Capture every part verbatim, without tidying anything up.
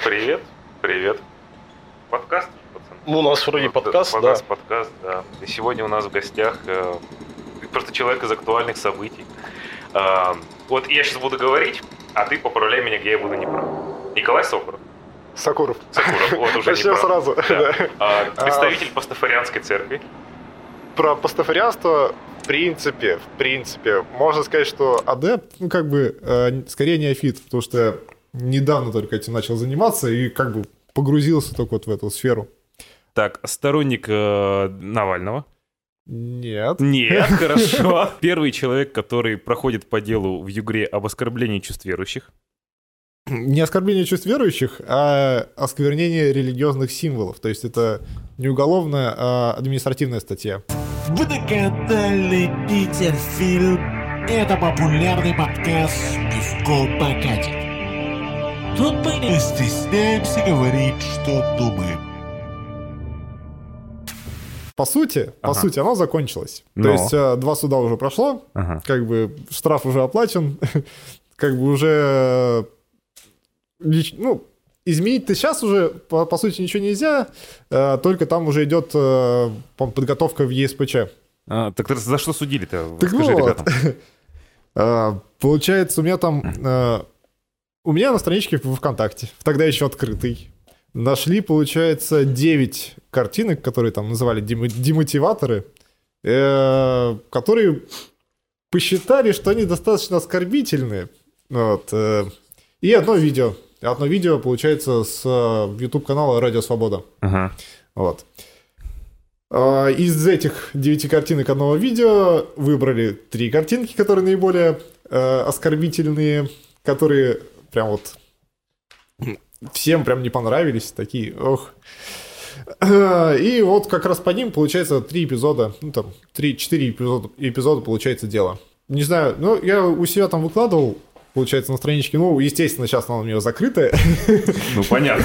Привет, привет. Подкаст, пацаны. Ну, у нас вроде подкаст, У да. нас подкаст, да. И сегодня у нас в гостях э, просто человек из актуальных событий. Э, вот я сейчас буду говорить, а ты поправляй меня, где я буду неправ. Николай Сокуров. Сокуров. Сокуров, вот уже Начнем неправ. сразу. Да. Да. А, представитель пастафарианской церкви. Про пастафарианство, в принципе, в принципе, можно сказать, что адепт, ну, как бы, э, скорее неофит, потому что я недавно только этим начал заниматься и, как бы, погрузился только вот в эту сферу. Так, сторонник э, Навального? Нет. Нет, хорошо. Первый человек, который проходит по делу в Югре об оскорблении чувств верующих. Не оскорбление чувств верующих, а осквернение религиозных символов. То есть это не уголовная, а административная статья. Вы на канале Питерфильм. Это популярный подкаст «Пивко покатит». Тут мы не стесняемся говорить, что думаем. По сути, по Ага. сути, оно закончилось. Но. То есть э, два суда уже прошло, Ага. как бы штраф уже оплачен, как бы уже, э, лич- ну, изменить-то сейчас уже, по, по сути, ничего нельзя, э, только там уже идет э, по-моему, подготовка в ЕСПЧ. А, так за что судили-то? Так Скажи вот. ребятам. Э, Получается, у меня там, э, у меня на страничке в ВКонтакте, тогда еще открытый, нашли, получается, девять картинок, которые там называли демо- демотиваторы, э, которые посчитали, что они достаточно оскорбительные. Вот, э, и одно видео. Одно видео, получается, с YouTube-канала «Радио Свобода». Ага. Вот. А, Из этих девяти картинок одного видео выбрали три картинки, которые наиболее э, оскорбительные, которые прям вот всем прям не понравились, такие, ох. И вот как раз по ним получается три эпизода, ну там, три-четыре эпизода, эпизода получается дело. Не знаю, ну я у себя там выкладывал, получается, на страничке, ну, естественно, сейчас она у меня закрытая. Ну, понятно.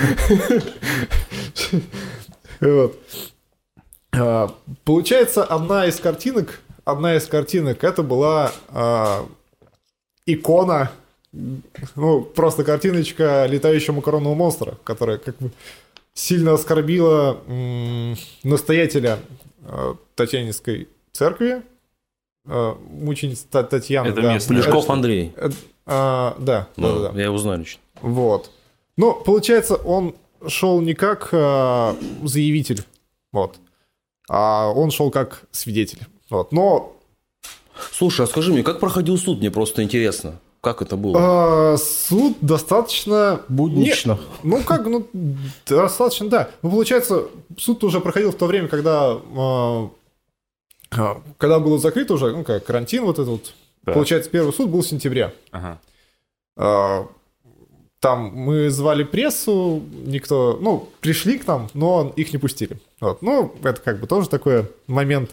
Вот. А, Получается, одна из картинок, одна из картинок, это была а, икона, ну, просто картиночка летающего макаронного монстра, которая как бы сильно оскорбила м, настоятеля а, Татьянинской церкви, а, мученица Та- Татьяна. Это да. местная. Плешков Андрей. Э, а, да, да, Ну, да, да. я его знаю лично. Вот. Ну, получается, он шел не как а, заявитель, вот, а он шел как свидетель. Вот. Но Слушай, а скажи мне, как проходил суд? Мне просто интересно. Как это было? а, суд достаточно... Буднично. Не- ну, как, ну, достаточно, да. Ну, получается, суд уже проходил в то время, когда... а, а, когда было закрыто уже, ну, как карантин вот этот вот. Да. Получается, первый суд был в сентябре. Ага. А, Там мы звали прессу, никто, ну, пришли к нам, но их не пустили. Вот. Ну, это как бы тоже такой момент.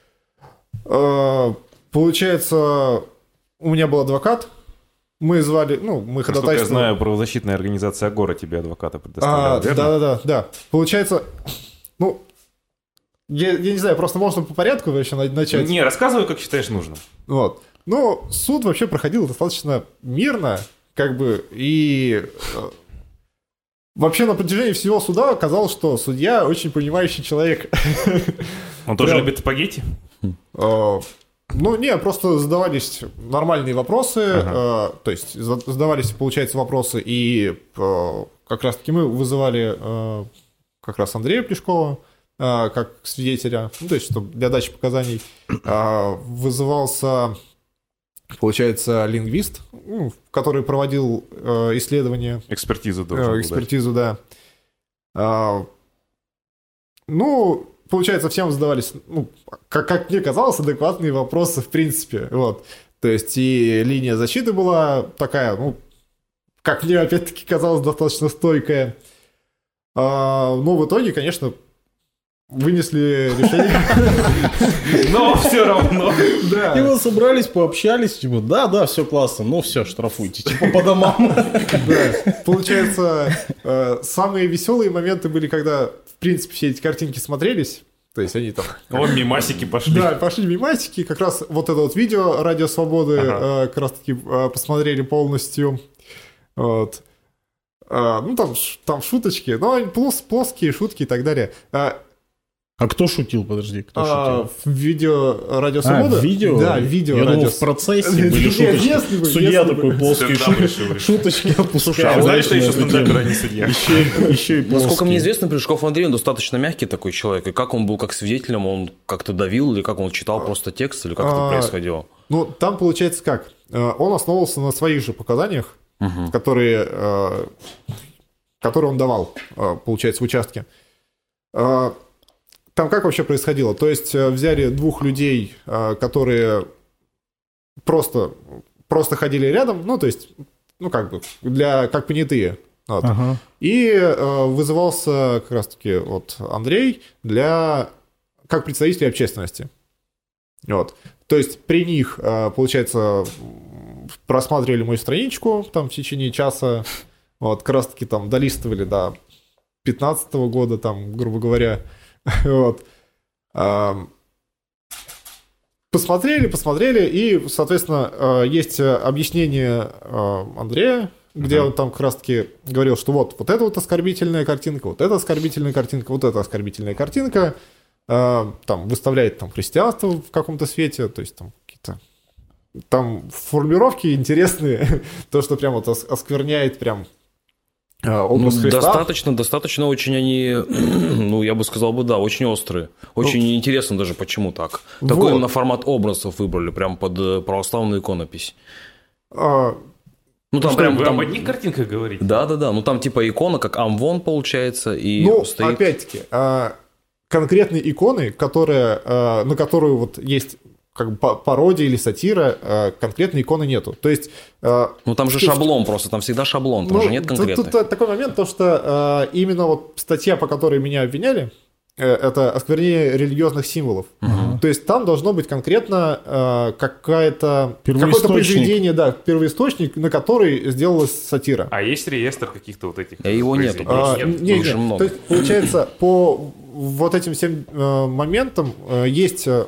А, Получается, у меня был адвокат, мы звали, ну, мы Насколько я ходатайствовали. знаю, правозащитная организация «Агора» тебе адвоката А, предоставляла, верно? Да-да-да, да. Получается, ну, я, я не знаю, просто можно по порядку вообще на- начать. Не, рассказывай, как считаешь нужным. Вот. Ну, суд вообще проходил достаточно мирно, как бы, и э, вообще на протяжении всего суда оказалось, что судья очень понимающий человек. Он тоже Прям. любит спагетти? Э, Ну, не, просто задавались нормальные вопросы, Ага. э, то есть за- задавались, получается, вопросы, и э, как раз-таки мы вызывали э, как раз Андрея Плешкова, э, как свидетеля, ну, то есть, чтобы для дачи показаний э, вызывался, получается, лингвист, ну, который проводил э, исследование, Экспертизу э, должен был дать. экспертизу, да. А, Ну, получается, всем задавались, ну, как, как мне казалось, адекватные вопросы, в принципе, вот. То есть и линия защиты была такая, ну, как мне опять-таки казалось, достаточно стойкая. А, но в итоге, конечно, вынесли решение. Но все равно. И Да, вы собрались, пообщались, типа, да, да, все классно, ну все, штрафуйте, типа по домам. да. Получается, э, самые веселые моменты были, когда, в принципе, все эти картинки смотрелись. То есть они там... Вон мимасики пошли. Да, пошли мимасики, как раз вот это вот видео «Радио Свободы» Ага. э, как раз таки э, посмотрели полностью. Вот. А, ну, там, ш- там шуточки, но они плос- плоские шутки и так далее. А, А кто шутил, подожди, кто а, шутил? в видео Радио А, Свобода? в видео? Да, в видео Я Радио думал, в процессе были Нет, шуточки. если бы, Судья если бы. такой плоский, Стендап решил решить. шуточки опускает. Слушай, а вы знаете, что еще стендапер, а не судья? Еще, еще и плоский. Насколько мне известно, Плешков Андрей, он достаточно мягкий такой человек. И как он был как свидетелем, он как-то давил, или как он читал просто текст, или как это А, происходило? Ну, там получается как? Э, Он основывался на своих же показаниях, которые, э, которые он давал, э, получается, в участке. Э, Там как вообще происходило? То есть э, взяли двух людей, э, которые просто, просто ходили рядом, ну, то есть, ну, как бы, для, как понятые. Вот. Ага. И э, вызывался как раз-таки вот Андрей для, как представитель общественности. Вот. То есть при них, э, получается, просматривали мою страничку там в течение часа, вот, как раз-таки там долистывали до пятнадцатого года, там, грубо говоря, вот. Ам, Посмотрели, посмотрели, и, соответственно, э, есть объяснение э, Андрея, где он там как раз-таки говорил, что вот, вот это вот оскорбительная картинка, вот это оскорбительная картинка, вот это оскорбительная картинка, э, там выставляет там христианство в каком-то свете, то есть там какие-то там формулировки интересные, то, что прям вот ос- оскверняет прям э, Ну, образ Христа. достаточно, достаточно очень они, ну, я бы сказал бы, да, очень острые. Очень интересно даже, почему так. Такой Вот. именно формат образов выбрали, прям под э, православную иконопись. А, Ну, там Что, прям... вы там- об одних картинках говорите? Да-да-да, ну там типа икона, как Амвон получается, и Ну, стоит... опять-таки, а, конкретные иконы, которые, а, на которую вот есть как бы па- пародия или сатира, а, конкретной иконы нету. То есть... а, Ну там же что- шаблон просто, там всегда шаблон, там ну, же нет тут- конкретных. Тут, такой момент, то что а, именно вот статья, по которой меня обвиняли, э, это осквернение религиозных символов. То есть там должно быть конкретно а, какая-то, какое-то Первоисточник. произведение, да, первоисточник, на который сделалась сатира. А есть реестр каких-то вот этих? А его нету, произведений? А, Нет, не, их же не. много. То есть, получается, по вот этим всем э, моментам э, есть... э,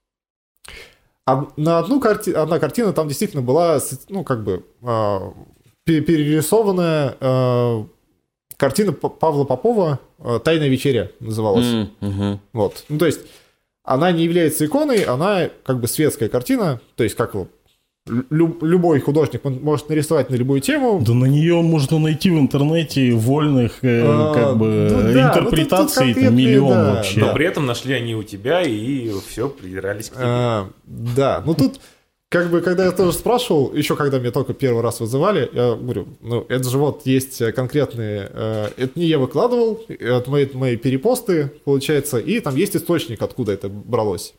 од- на одну карти... одна картина там действительно была, с- ну, как бы, э, пе- перерисованная э, картина П- Павла Попова э, «Тайная вечеря» называлась. М, мгм. Вот. Ну, то есть, она не является иконой, она как бы светская картина, то есть, как вот лю- любой художник он может нарисовать на любую тему. Да на нее можно найти в интернете вольных э, А, как бы ну да, ну тут- тут интерпретаций, там конкретные, миллион да, вообще. Но при этом нашли они у тебя и все, придирались к тебе. А, да, ну тут, как бы, когда я тоже спрашивал, еще когда меня только первый раз вызывали, я говорю, ну, это же вот есть конкретные, э, это не я выкладывал, это мои, мои перепосты, получается, и там есть источник, откуда это бралось.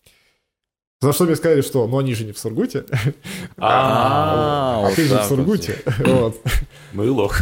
За что мне сказали, что, ну, они же не в Сургуте, А, а вот ты же в так вот. Сургуте. Вот. Ну и лох.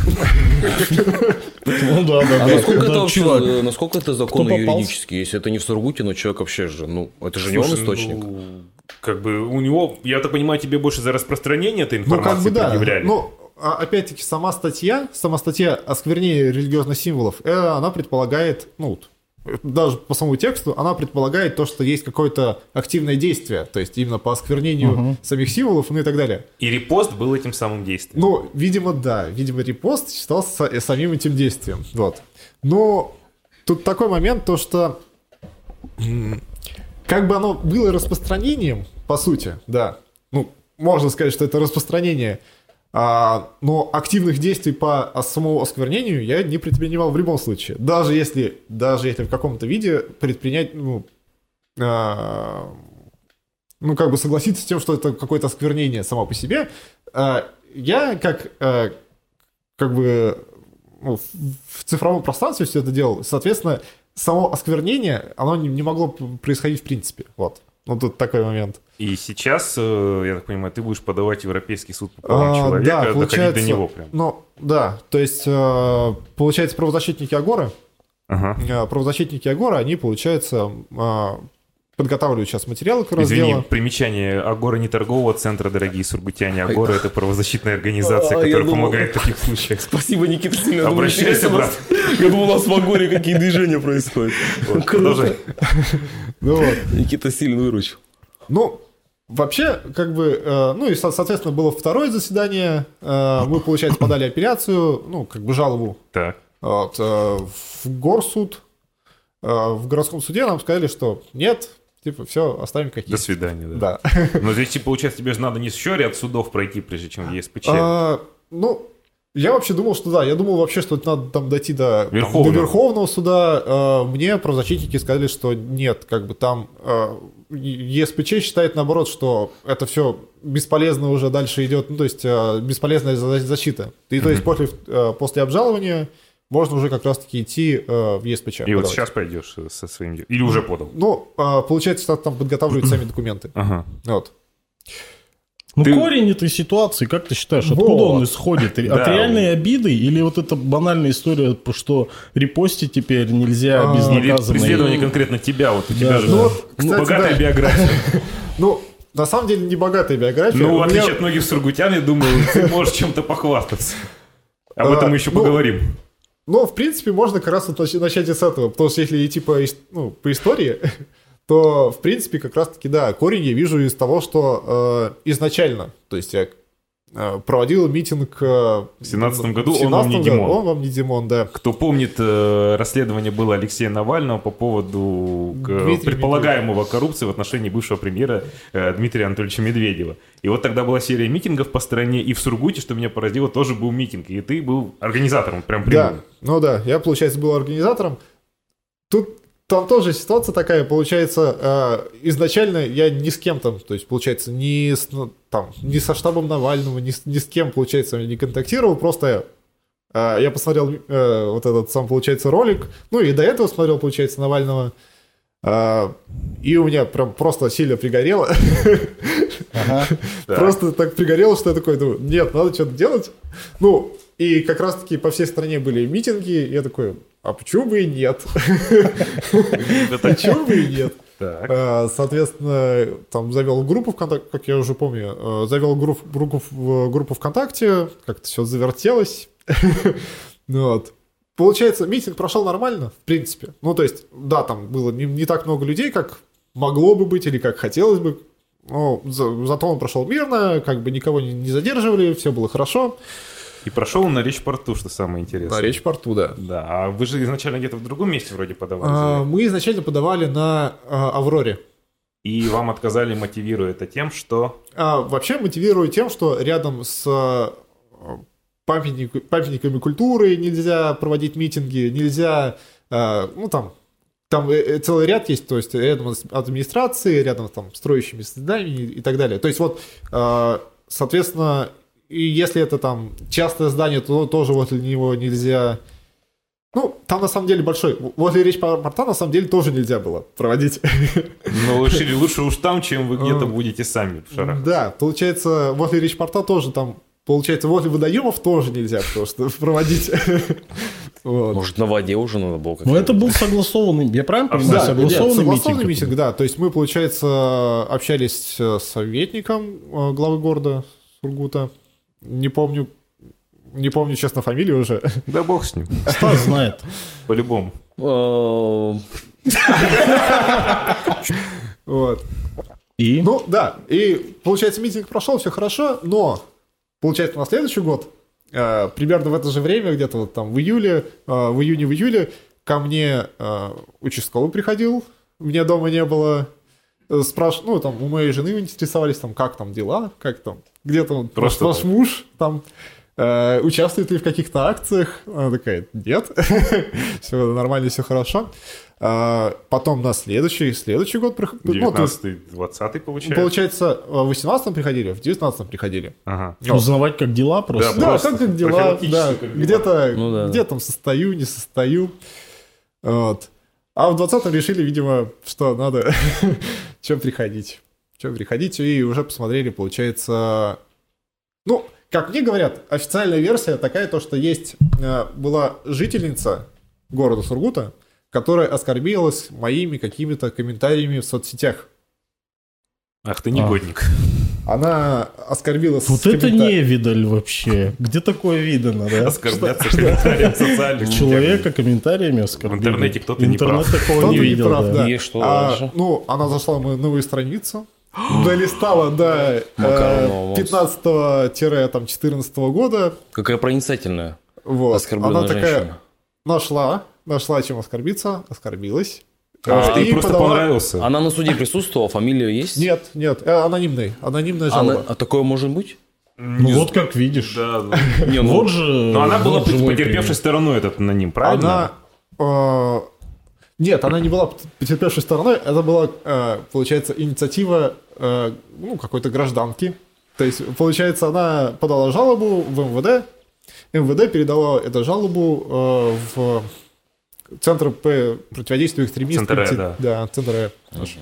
Ну да, да, А да. насколько это Да, вообще, чувак, э, насколько это законно попался? юридически? Если это не в Сургуте, но человек вообще же, ну, это же не он Слушай, источник. ну, как бы у него, я так понимаю, тебе больше за распространение этой Ну, информации как бы да. предъявляли. Ну, а опять-таки, сама статья, сама статья осквернения религиозных символов, э, она предполагает, ну, вот, даже по самому тексту, она предполагает то, что есть какое-то активное действие, то есть именно по осквернению самих символов, ну и так далее. И репост был этим самым действием. Ну, видимо, да. Видимо, репост считался са- самим этим действием. Вот. Но тут такой момент, то что м, как бы оно было распространением, по сути, да. Ну, можно сказать, что это распространение, а, но активных действий по ос- самому осквернению я не предпринимал в любом случае. Даже если, даже если в каком-то виде предпринять, ну, а, ну, как бы согласиться с тем, что это какое-то осквернение само по себе, а, я как, а, как бы ну, в в цифровом пространстве все это делал, соответственно, само осквернение, оно не, не могло п- происходить в принципе. Вот. Ну, тут такой момент. И сейчас, э, я так понимаю, ты будешь подавать в Европейский суд по правам А, человека, да, доходить получается, до него прям. Ну, да, то есть, э, получается, правозащитники Агоры, Ага. э, правозащитники Агоры, они, получается, э, подготавливают сейчас материалы к Извини, разделу. примечание. Агора не торгового центра, дорогие сургутяне. Агора — это правозащитная организация, А, я которая думал- помогает в таких случаях. Спасибо, Никита Сильно. Обращайся, брат. Я думал, у нас в Агоре какие движения происходят. Вот, продолжай. Ну, вот. Никита сильно выручил. Ну, вообще, как бы, э, ну и, со- соответственно, было второе заседание, э, мы, получается, подали апелляцию, ну, как бы жалобу Так. вот, э, в горсуд, э, в городском суде нам сказали, что нет, типа, все, оставим как До есть. свидания, да. Да. Но здесь, типа, получается, тебе же надо не еще ряд судов пройти, прежде чем в ЕСПЧ. А, ну, я вообще думал, что да, я думал вообще, что это надо там дойти до, там, Верховного. до Верховного суда. А, мне правозащитники сказали, что нет, как бы там а, ЕСПЧ считает наоборот, что это все бесполезно уже дальше идет, ну, то есть а, бесполезная за- защита. И то есть после, а, после обжалования можно уже как раз-таки идти а, в ЕСПЧ. И вот подавать. сейчас пойдешь со своим делом. Или уже подал. Ну, а, получается, что там подготавливают сами документы. Ага. Вот. Ну, Ты- корень этой ситуации, как ты считаешь, Вот. откуда он исходит? От Да. реальной обиды или вот эта банальная история, что репостить теперь нельзя А, безнаказанно? Или преследование конкретно тебя. Вот у тебя Да, же да. Ну, вот, кстати, богатая да. биография. Ну, на самом деле, не богатая биография. Ну, в У меня- отличие от многих сургутян, я думаю, ты можешь чем-то похвастаться. Об А, этом мы еще ну, поговорим. Ну, в принципе, можно как раз вот нач- начать и с этого, потому что если идти по, ис- ну, по истории, то, в принципе, как раз-таки, да, корень я вижу из того, что э, изначально, то есть я э, проводил митинг... э, В семнадцатом году в «Он вам не семнадцатом году, Димон». Он вам не Димон, да. Кто помнит, э, расследование было Алексея Навального по поводу к- Дмитрия предполагаемого коррупции в отношении бывшего премьера э, Дмитрия Анатольевича Медведева. И вот тогда была серия митингов по стране, и в Сургуте, что меня поразило, тоже был митинг. И ты был организатором, прям Да, прямым. ну да, я, получается, был организатором. Тут там тоже ситуация такая, получается, э, изначально я ни с кем там, то есть, получается, ни, с, ну, там, ни со штабом Навального, ни с, ни с кем, получается, не контактировал, просто э, я посмотрел э, вот этот сам, получается, ролик, ну и до этого смотрел, получается, Навального, э, и у меня прям просто сильно пригорело. Просто так пригорело, что я такой, думаю, нет, надо что-то делать. Ну, и как раз-таки по всей стране были митинги, и я такой, а почему бы и нет? Почему бы и нет? Так. А, Соответственно, там завел группу ВКонтакте, как я уже помню, э, завел групп- группу, в- группу ВКонтакте, как-то все завертелось. Ну вот. Получается, митинг прошел нормально, в принципе. Ну, то есть, да, там было не, не так много людей, как могло бы быть или как хотелось бы. Но за- зато он прошел мирно, как бы никого не, не задерживали, все было хорошо. И прошел он на Речь-порту, что самое интересное. На Речь-порту, да. Да, а вы же изначально где-то в другом месте вроде подавали. А, заявку. мы изначально подавали на а, Авроре. И вам отказали, мотивируя это тем, что... А, вообще мотивирую тем, что рядом с а, памятник- памятниками культуры нельзя проводить митинги, нельзя, а, ну там, там э, э, целый ряд есть, то есть рядом с администрацией, рядом там с строящими зданиями и так далее. То есть вот, а, соответственно, и если это там частное здание, то тоже возле него нельзя... Ну, там на самом деле большой. Возле Речь-порта на самом деле тоже нельзя было проводить. Ну, решили, лучше уж там, чем вы где-то будете сами в шарах. Да, получается, возле Речь-порта тоже там, получается, возле водоемов тоже нельзя, потому что проводить. Вот. Может, на воде уже надо было как-то? Ну, это был согласованный, я правильно понимаю, Да, согласованный, нет, согласованный митинг? митинг, да. То есть мы, получается, общались с советником э, главы города Сургута. Не помню, не помню, честно, фамилию уже. Да бог с ним, Стас знает. по-любому. Э, Вот. И? Ну, да. И, получается, митинг прошел, все хорошо, но, получается, на следующий год, э, примерно в это же время, где-то вот там в июле, э, в июне, в июле, ко мне э, участковый приходил, меня дома не было, э, спраш... ну, там, у моей жены интересовались, там, как там дела, как там, где там Просто ваш так. муж, там, э, участвует ли в каких-то акциях. Она такая, нет, все нормально, все хорошо. А, потом на следующий, следующий год приходил. девятнадцатый, двадцатый получается. Получается, в восемнадцатом приходили, в девятнадцатом приходили. Ага. Узнавать, как дела просто. Да, просто как, как дела, профилактически, да, как дела. где-то, Ну да, где да. там состою, не состою. Вот. А в двадцатом решили, видимо, что надо, чем приходить. Чем приходить, и уже посмотрели, получается... Ну, как мне говорят, официальная версия такая, то, что есть, э, была жительница города Сургута, которая оскорбилась моими какими-то комментариями в соцсетях. Ах ты негодник. Она оскорбилась... Вот с это коммента- не видаль вообще. Где такое видано, да? Оскорбляться комментарием в социальных сетях. Человека комментариями оскорбили. В интернете кто-то не Интернет прав. такого Кто-то не не видел, прав, да. да. И что А, дальше? ну, она зашла на новую страницу, долистала до Макаронова пятнадцатого-четырнадцатого года. Какая проницательная. Вот. Оскорбленная Она такая женщина. нашла, нашла чем оскорбиться, оскорбилась. А, И ты просто подала- понравился. Она на суде присутствовала, фамилия есть? Нет, нет, э, анонимный, анонимная жалоба. Она- А такое может быть? Ну вот как видишь. Да, да. Не, ну, Вот же... Но она была вот живой потерпевшей пример. стороной этот аноним, правильно? Она... э, Нет, она не была потерпевшей стороной, это была, э, получается, инициатива э, ну, какой-то гражданки. То есть, получается, она подала жалобу в эм вэ дэ, эм вэ дэ передала эту жалобу э, в Центр по противодействию экстремистам. Центр Э, да. Да, Центр Э.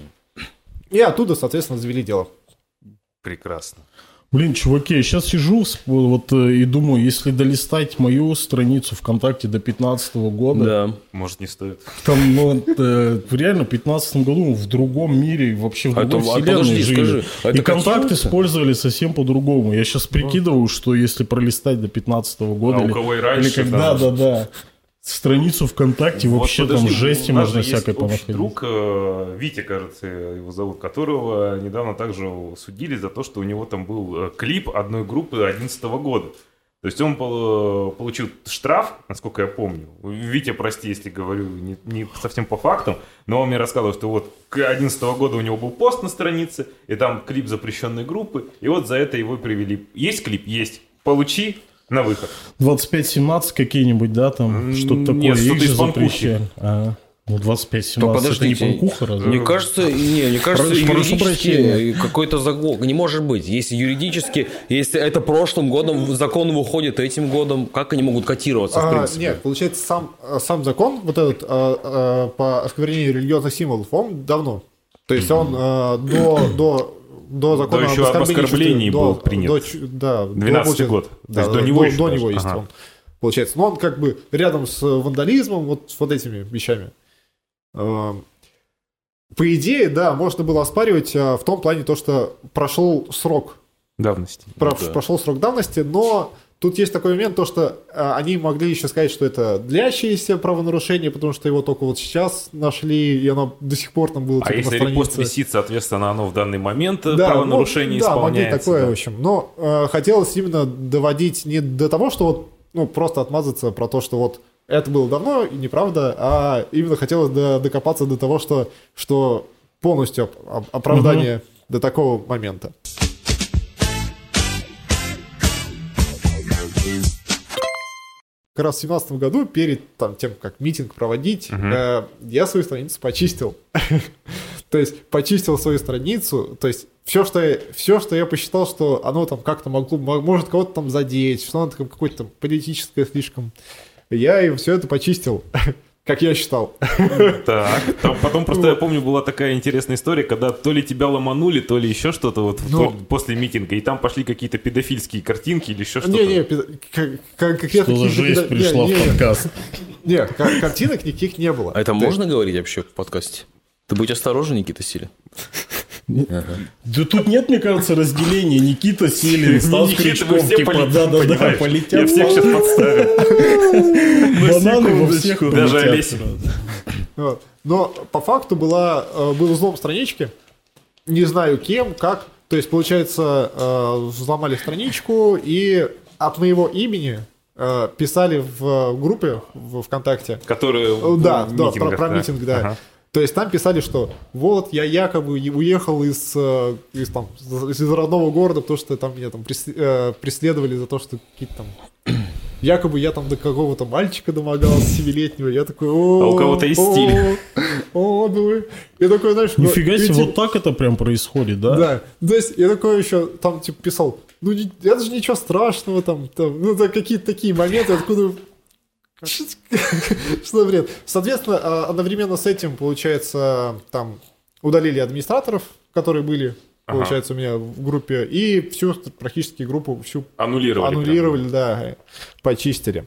И оттуда, соответственно, завели дело. Прекрасно. Блин, чуваки, я сейчас сижу с- вот, э, и думаю, если долистать мою страницу ВКонтакте до пятнадцатого года, Да. Может, не стоит. там, ну, э, реально, в пятнадцатом году в другом мире, вообще в А другой это- а вселенной подожди, жили. скажи, а и это контакт котируется? использовали совсем по-другому. Я сейчас прикидываю, что если пролистать до пятнадцатого года... А у или, кого и или раньше, когда, там- да, да. Страницу ВКонтакте Вот вообще подожди, там жести у нас можно же есть всякой общий понаходить. друг, э, Витя, кажется, его зовут, которого недавно также судили за то, что у него там был э, клип одной группы одиннадцатого года. То есть он пол- получил штраф, насколько я помню. Витя, прости, если говорю не, не совсем по фактам, но он мне рассказывал, что вот к одиннадцатого года у него был пост на странице, и там клип запрещенной группы, и вот за это его привели. Есть клип? Есть. Получи на выход. двадцать пять семнадцать какие-нибудь, да, там, М, что-то такое. нет, что-то Их же из панкухи. запрещали. А, ну, двадцать пять семнадцать, это не подождите, панкуха, разве? Мне кажется, не, мне кажется, Прошу- прошу юридически прощения. какой-то закон не может быть. Если юридически, если это прошлым годом закон выходит, этим годом, как они могут котироваться, в А, принципе? нет, получается, сам, сам закон, вот этот а, а, по осквернению религиозных символов, он давно. То есть он а, до, до, до закона До еще об оскорблении до- был принят. до ч- да, до, двенадцатый получается, год. То Да, есть да, до него до, еще до даже. него есть Ага. он. Получается. Но он как бы рядом с вандализмом, вот с вот этими вещами. А, По идее, да, можно было оспаривать а, в том плане то, что прошел срок Давности. Про- да. Прошел срок давности, но тут есть такой момент, то, что а, они могли еще сказать, что это длящееся правонарушение, потому что его только вот сейчас нашли, и оно до сих пор там было А типа, если на странице. репост висит, соответственно, оно в данный момент э, Да, правонарушение ну, да, могли исполняется. такое, да. в общем. Но э, хотелось именно доводить не до того, что вот, ну, просто отмазаться про то, что вот это было давно и неправда, а именно хотелось до- докопаться до того, что, что полностью оп- оп- оправдание до такого момента. Как раз в семнадцатом году, перед там, тем, как митинг проводить, э, я свою страницу почистил. То есть почистил свою страницу, то есть все, что я, все, что я посчитал, что оно там как-то могло, мо- может кого-то там задеть, что оно там какое-то там политическое слишком, я и все это почистил, как я считал. Так, там потом просто, я помню, была такая интересная история, когда то ли тебя ломанули, то ли еще что-то вот в- Ну. после митинга, и там пошли какие-то педофильские картинки или еще что-то. Не-не, пи- к- к- конкретно Что за каких-то- жизнь не, пришла не, в не, подкаст? не, кар- картинок никаких не было. А это То есть- можно говорить вообще в подкасте? Ты будь осторожен, Никита Силин. Да тут нет, мне кажется, разделения. Никита Силин, Стас Никита, вы Крючков, все типа, полетите, да-да-да, понимаешь? полетят. Я всех сейчас подставил. Бананы во всех Даже полетят. Олеся. Вот. Но по факту была, э, был взлом странички, не знаю кем, как. То есть, получается, э, взломали страничку и от моего имени э, писали в группе в ВКонтакте. Которые Э, в Да, да, про, митингах, про митинг, да. Ага. То есть там писали, что вот я якобы и- уехал из, э, из, там, из родного города, потому что там меня там прес- э, преследовали за то, что какие-то там... Якобы я там до какого-то мальчика домогался семилетнего. Я такой... О, А у кого-то есть о, стиль. О, ну... Я такой, знаешь... ну, Нифига себе, эти- вот так это прям происходит, да? Да, то есть я такой еще там типа писал, ну не- это же ничего страшного там, там ну это какие-то такие моменты, откуда... Что за бред? Соответственно, а, одновременно с этим, получается, там удалили администраторов, которые были, Ага. получается, у меня в группе, и всю практически группу всю Аннулировали. аннулировали, да, почистили.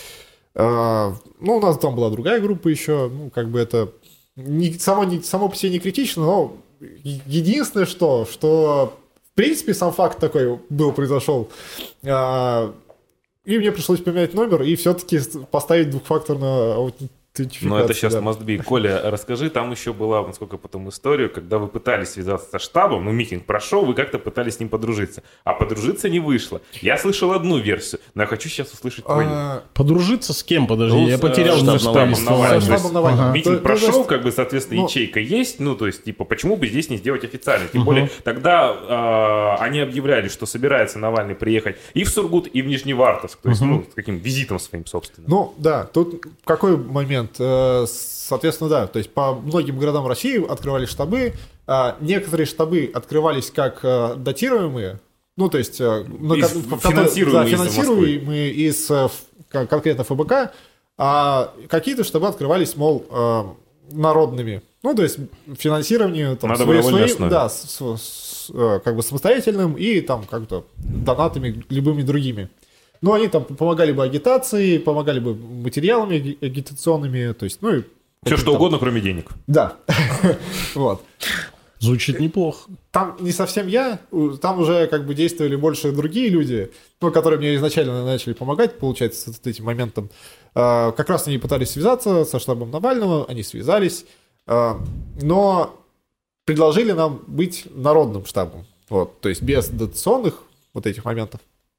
А, ну, у нас там была другая группа еще, ну, как бы это не, само, не, само по себе не критично, но единственное, что, что в принципе сам факт такой был, произошел, а, и мне пришлось поменять номер и все-таки поставить двухфакторную Но это сейчас must be. Коля, расскажи, там еще была, насколько потом историю, когда вы пытались связаться со штабом, ну, митинг прошел, вы как-то пытались с ним подружиться, а подружиться не вышло. Я слышал одну версию, но я хочу сейчас услышать твою. А, Подружиться с кем? Подожди, Ну, я с, потерял э, штаб со штабом Навального. Навального. Со То есть, штабом Навального. Митинг То- то прошел, есть, как бы, соответственно, ну, ячейка есть, ну, то есть, типа, почему бы здесь не сделать официально? Тем более, тогда э, они объявляли, что собирается Навальный приехать и в Сургут, и в Нижневартовск, то есть, ну, с каким визитом своим собственным. Ну, да, тут какой момент? Э, Соответственно, да, то есть по многим городам России открывались штабы, а некоторые штабы открывались как э, датируемые, ну, то есть э, на Из- ко- в- финансируемые да, из финансируемые из, э, ф- кон- конкретно ФБК, а какие-то штабы открывались, мол, э, народными. Ну, то есть финансирование там, На свои- добровольной свои- основе. да, с- с- с, э, как бы самостоятельным и там как-то донатами любыми другими. Ну, они там помогали бы агитации, помогали бы материалами аги- агитационными, то есть, ну, и Все что там- угодно, кроме денег. Да. Вот. Звучит неплохо. Там не совсем я, у- там уже как бы действовали больше другие люди, ну, которые мне изначально начали помогать, получается, с этим моментом. А, Как раз они пытались связаться со штабом Навального, они связались, а, но предложили нам быть народным штабом. Вот, то есть без дотационных вот этих моментов.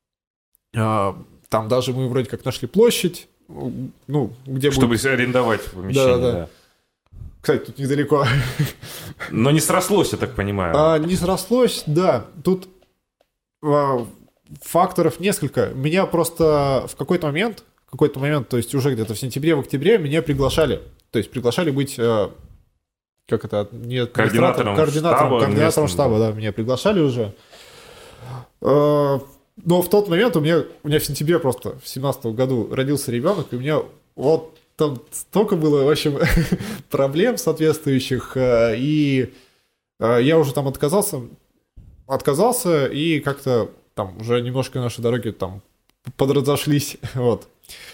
А, Там даже мы вроде как нашли площадь, ну, где Чтобы будет... арендовать помещение, Да, да. да. Кстати, тут недалеко. Но не срослось, я так понимаю. А, не срослось, да. Тут а, факторов несколько. Меня просто в какой-то момент, в какой-то момент, то есть уже где-то в сентябре, в октябре, меня приглашали. То есть приглашали быть, а, как это, не Координатором администратором, координатором, штаба координатором местным, штаба, да, меня приглашали уже. А, Но в тот момент у меня, у меня в сентябре просто, в семнадцатом году родился ребенок, и у меня вот там столько было, в общем, проблем соответствующих, э, и э, я уже там отказался, отказался, и как-то там уже немножко наши дороги там подразошлись, вот.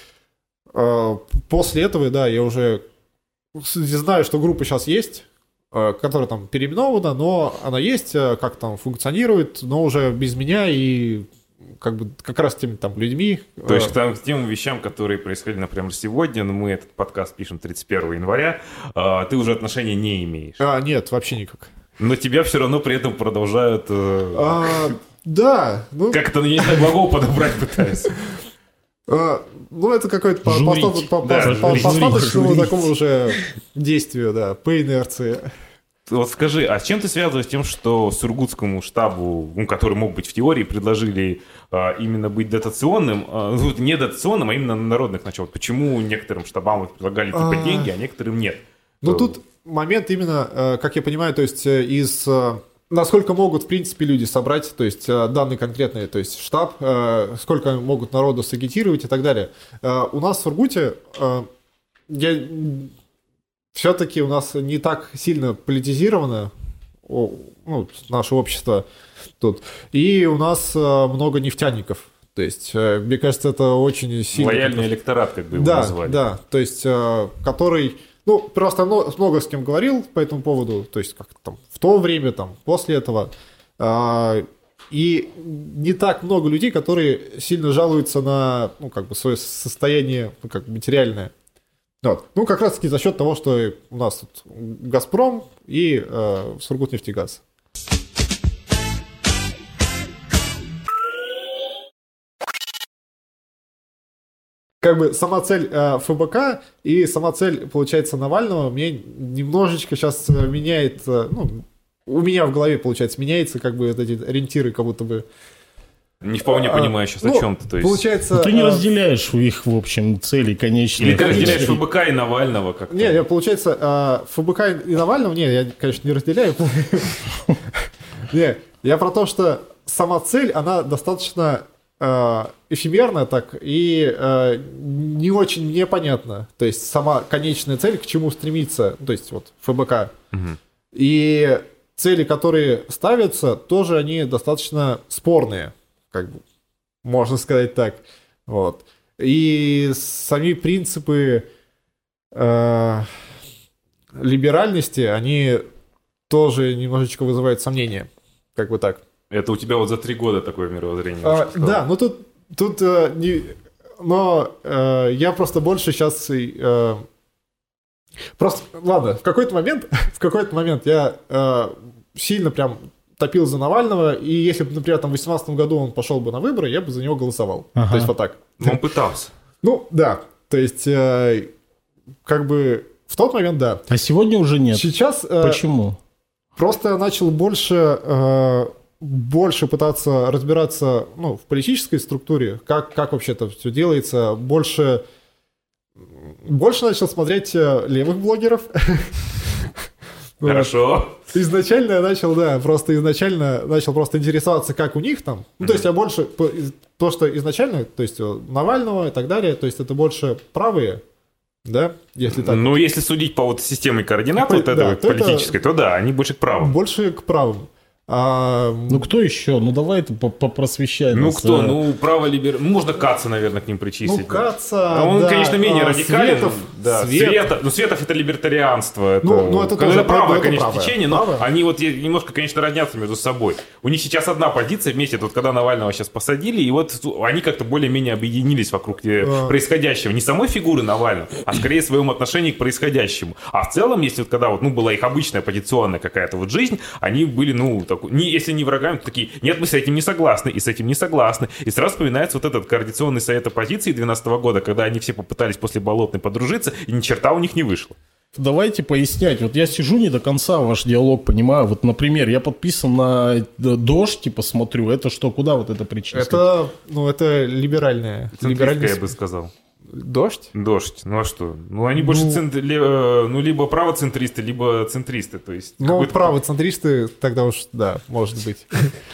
Э, После этого, да, я уже с- знаю, что группа сейчас есть, э, которая там переименована, но она есть, э, как там функционирует, но уже без меня и как бы как раз теми там людьми. То есть э, к там, к тем вещам, которые происходили, например, сегодня, но мы этот подкаст пишем тридцать первого января, а, ты уже отношения не имеешь. А, нет, вообще никак. Но тебя все равно при этом продолжают... э, А, да, ну, Как это, я не знаю, глагол подобрать пытаюсь. а, ну это какое-то по, Журить. по, по, по- Да, по- журить. по остаточному Журить. такому уже действию, да, по инерции. Вот скажи, а с чем ты связываешь тем, что Сургутскому штабу, ну, который мог быть в теории, предложили а, именно быть дотационным, а, ну, не дотационным, а именно на народных началах? Почему некоторым штабам вот предлагали типа А. деньги, а некоторым нет? Ну То- тут момент именно, э, как я понимаю, то есть э, из... э, Насколько могут, в принципе, люди собрать, то есть э, данные конкретные, то есть штаб, э, сколько могут народу сагитировать и так далее. Э, У нас в Сургуте э, я... все-таки у нас не так сильно политизировано о, ну, наше общество тут. И у нас э, много нефтяников. То есть, э, мне кажется, это очень сильно... Лояльный электорат, как бы его Да, назвали. да, то есть, э, который, ну, просто но- много с кем говорил по этому поводу, то есть, как там, в то время, там, после этого, а, и не так много людей, которые сильно жалуются на, ну, как бы, свое состояние, ну, как бы, материальное. Вот. Ну, как раз-таки за счет того, что у нас тут «Газпром» и э, «Сургутнефтегаз». Как бы сама цель э, ФБК и сама цель, получается, Навального мне немножечко сейчас меняет, э, ну, у меня в голове, получается, меняется, как бы, вот эти ориентиры, как будто бы... Не вполне А, понимаю сейчас, ну, о чем ты. То есть... Получается... Ну, ты не э, разделяешь их, в общем, цели конечные. Или ты разделяешь ФБК и Навального как-то? Не, я, получается, э, ФБК и Навального, не, я, конечно, не разделяю. Не, я про то, что сама цель, она достаточно э, эфемерная так и э, не очень мне понятна. То есть сама конечная цель, к чему стремится, то есть вот ФБК. Мгм. И цели, которые ставятся, тоже они достаточно спорные, как бы, можно сказать так. Вот. И сами принципы э, либеральности, они тоже немножечко вызывают сомнения. Как бы так. Это у тебя вот за три года такое мировоззрение. А, можно сказать. да, ну тут, тут э, не, но э, я просто больше сейчас Просто, ладно, в какой-то момент, в какой-то момент я э, сильно прям топил за Навального, и если бы, например, там в восемнадцатом году он пошел бы на выборы, я бы за него голосовал. Ага. То есть вот так. Но он пытался. Ну, да. То есть, э, как бы в тот момент, да. А сегодня уже нет. Сейчас э, Почему? просто я начал больше, э, больше пытаться разбираться ну, в политической структуре, как, как вообще это все делается, больше, больше начал смотреть э, левых блогеров. Хорошо. Изначально я начал, да, просто изначально начал просто интересоваться, как у них там. Ну, то есть я больше, то, что изначально, то есть Навального и так далее, то есть это больше правые, да, если так. Ну, если судить по вот системе координат По- вот этой да, вот то это- политической, то да, они больше к правым. Больше к правым. А, Ну кто еще? Ну давай ты по- попросвещай Ну нас, кто? а. Ну, право-либер... Ну, можно Каца, наверное, к ним ну, причислить. Каца, А он, да, конечно, менее а, радикален. Светов, Да, Свет. Света- ну, Светов это либертарианство. Это, Ну, ну, это когда тоже правое, это конечно, правое. течение, но Правое. они вот е- немножко, конечно, роднятся между собой. У них сейчас одна позиция вместе, вот когда Навального сейчас посадили, и вот они как-то более-менее объединились вокруг э, А. происходящего. Не самой фигуры Навального, а скорее своем отношении к происходящему. А в целом, если вот когда вот, ну, была их обычная оппозиционная какая-то вот жизнь, они были, ну, так, не, если не врагами, то такие, нет, мы с этим не согласны, и с этим не согласны. И сразу вспоминается вот этот координационный совет оппозиции две тысячи двенадцатого года, когда они все попытались после Болотной подружиться, и ни черта у них не вышло. Давайте пояснять. Вот я сижу не до конца ваш диалог, понимаю. Вот, например, я подписан на э, Дождь, типа смотрю. Это что, куда вот это причислить? Это, ну, это либеральная. Центристская, либеральная... я бы сказал. Дождь? Дождь. Ну а что? Ну они больше Ну- цент- ли- э, ну, либо правоцентристы, либо центристы. То есть Ну, какой-то- правоцентристы, тогда уж, да, может быть.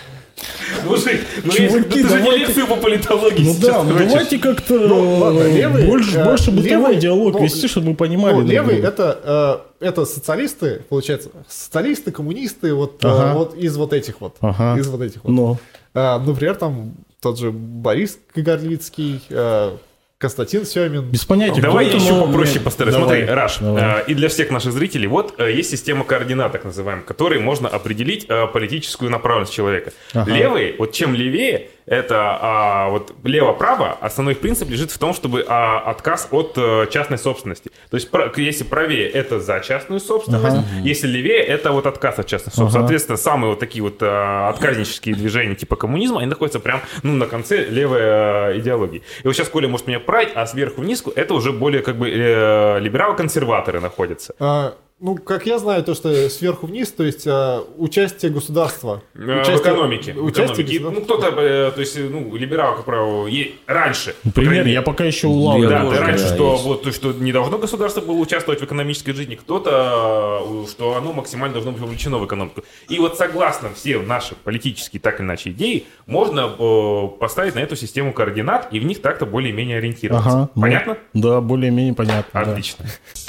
Слушай, ну, Чуваки, если- ну, ты же не давайте- лекцию по политологии Ну сейчас да, ну хочешь. давайте как-то Ну, ладно, э, левые, больше, э, больше бытовой левые, диалог ну, вести, чтобы мы понимали. Ну, друг левые друга. это, э, это социалисты, получается, социалисты, коммунисты, вот, э, Ага. вот из вот этих вот. Ага. Из вот этих вот. Но. А, например, там тот же Борис Горлицкий, э, Константин Семин. Без понятия. Давай я кто-то, еще но- попроще постараюсь. Давай, Смотри, Раш, давай. э, и для всех наших зрителей, вот э, есть система координат, так называемая, которой можно определить э, политическую направленность человека. Ага. Левые, вот чем левее, это а, вот лево-право, основной их принцип лежит в том, чтобы а, отказ от э, частной собственности. То есть, про- если правее, это за частную собственность, Ага. если левее, это вот отказ от частной собственности. Ага. Соответственно, самые вот такие вот э, отказнические движения типа коммунизма, они находятся прям ну, на конце левой э, идеологии. И вот сейчас Коля может меня править, а сверху вниз это уже более как бы э, либерал-консерваторы находятся. А, ну, как я знаю, то, что сверху вниз, то есть а, участие государства. Э, Участие- в экономике. В Участие экономике. государства. Ну, кто-то, э, то есть, ну, либерал, как правило, е- раньше. по Например, крайней я мере. пока еще улавливаю. Да, тоже, ты раньше, да, что, есть. вот, то, что не должно государство было участвовать в экономической жизни, кто-то, э, что оно максимально должно быть вовлечено в экономику. И вот согласно всем нашим политические, так или иначе, идеи, можно э, поставить на эту систему координат и в них так-то более-менее ориентироваться. Ага, ну, Понятно? Да, более-менее понятно. да. Отлично.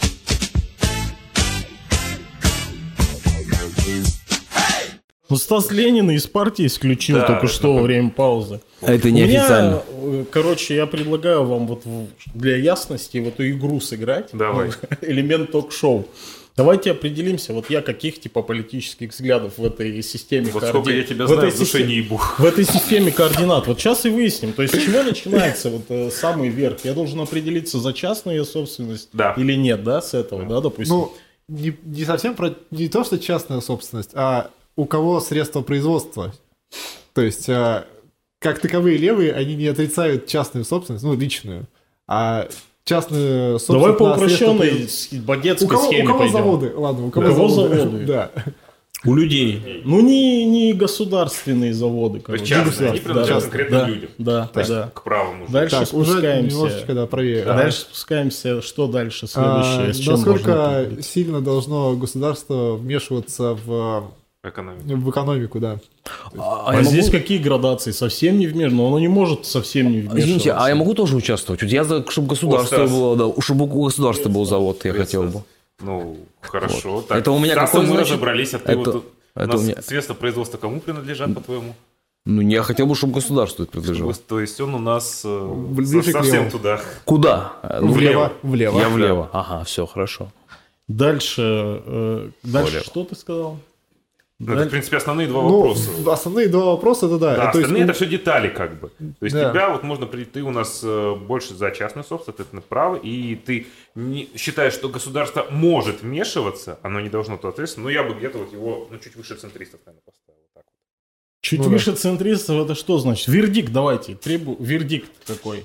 Ну, Стас Ленин из партии исключил Да, только что во время паузы. Это У неофициально. меня, э, короче, я предлагаю вам вот в- для ясности в эту игру сыграть. Давай. Элемент ток-шоу. Давайте определимся, вот я каких типа политических взглядов в этой системе Вот сколько координат- я тебя в знаю, этой в душе системе- не ебу. В этой системе координат. Вот сейчас и выясним. То есть с чего начинается вот э, самый верх? Я должен определиться за частную собственность Да. или нет, да, с этого, да, допустим. Ну, не, не совсем про... Не то, что частная собственность, а у кого средства производства. То есть, а, как таковые левые, они не отрицают частную собственность, ну, личную, а частную собственность... Давай по на средства упрощенной производства. с- багетской У кого, у схеме кого пойдем. заводы? Ладно, у кого, У кого заводы? заводы? Да. У людей. Ну, не, не государственные заводы. То есть короче. частные, они Да, принадлежат да, конкретным да, людям. Да, То есть да. к правому. уже. Дальше Так, уже спускаемся. немножечко, да, правее. А Дальше спускаемся. Что дальше? Следующее. А, С чем должно насколько определиться? сильно должно государство вмешиваться в, Экономика. в экономику, да. А, А, я могу- здесь какие градации? Совсем не вмешиваться? Но оно не может совсем не вмешиваться. Извините, а я могу тоже участвовать? Вот я за, чтобы государство О, Стас. было, да, чтобы у государства был завод, я хотел бы. Ну, хорошо. Вот. Так, Это у меня с Стасом какой, мы значит? разобрались, а ты Это- вот тут... это у нас у меня- средства производства кому принадлежат, по-твоему? Ну, я хотел бы, чтобы государство это предложило. Вот, то есть он у нас э, Ближе со- к совсем левому. туда. Куда? А, ну, влево, влево. Я влево. Ага, все, хорошо. Дальше, э, дальше Более. что ты сказал? Ну, это, в принципе, основные два Ну, вопроса. основные два вопроса, это да. Да, То есть, остальные ну, это все детали, как бы. То есть Да. тебя вот можно при... Ты у нас э, больше за частную собственность, соответственно, право, и ты не считаешь, что государство может вмешиваться, оно не должно, то ответственно. Но я бы где-то вот его, ну, чуть выше центристов, наверное, поставил. Вот так вот. Чуть Ну да. выше центристов, это что значит? Вердикт давайте. Требу... Вердикт какой?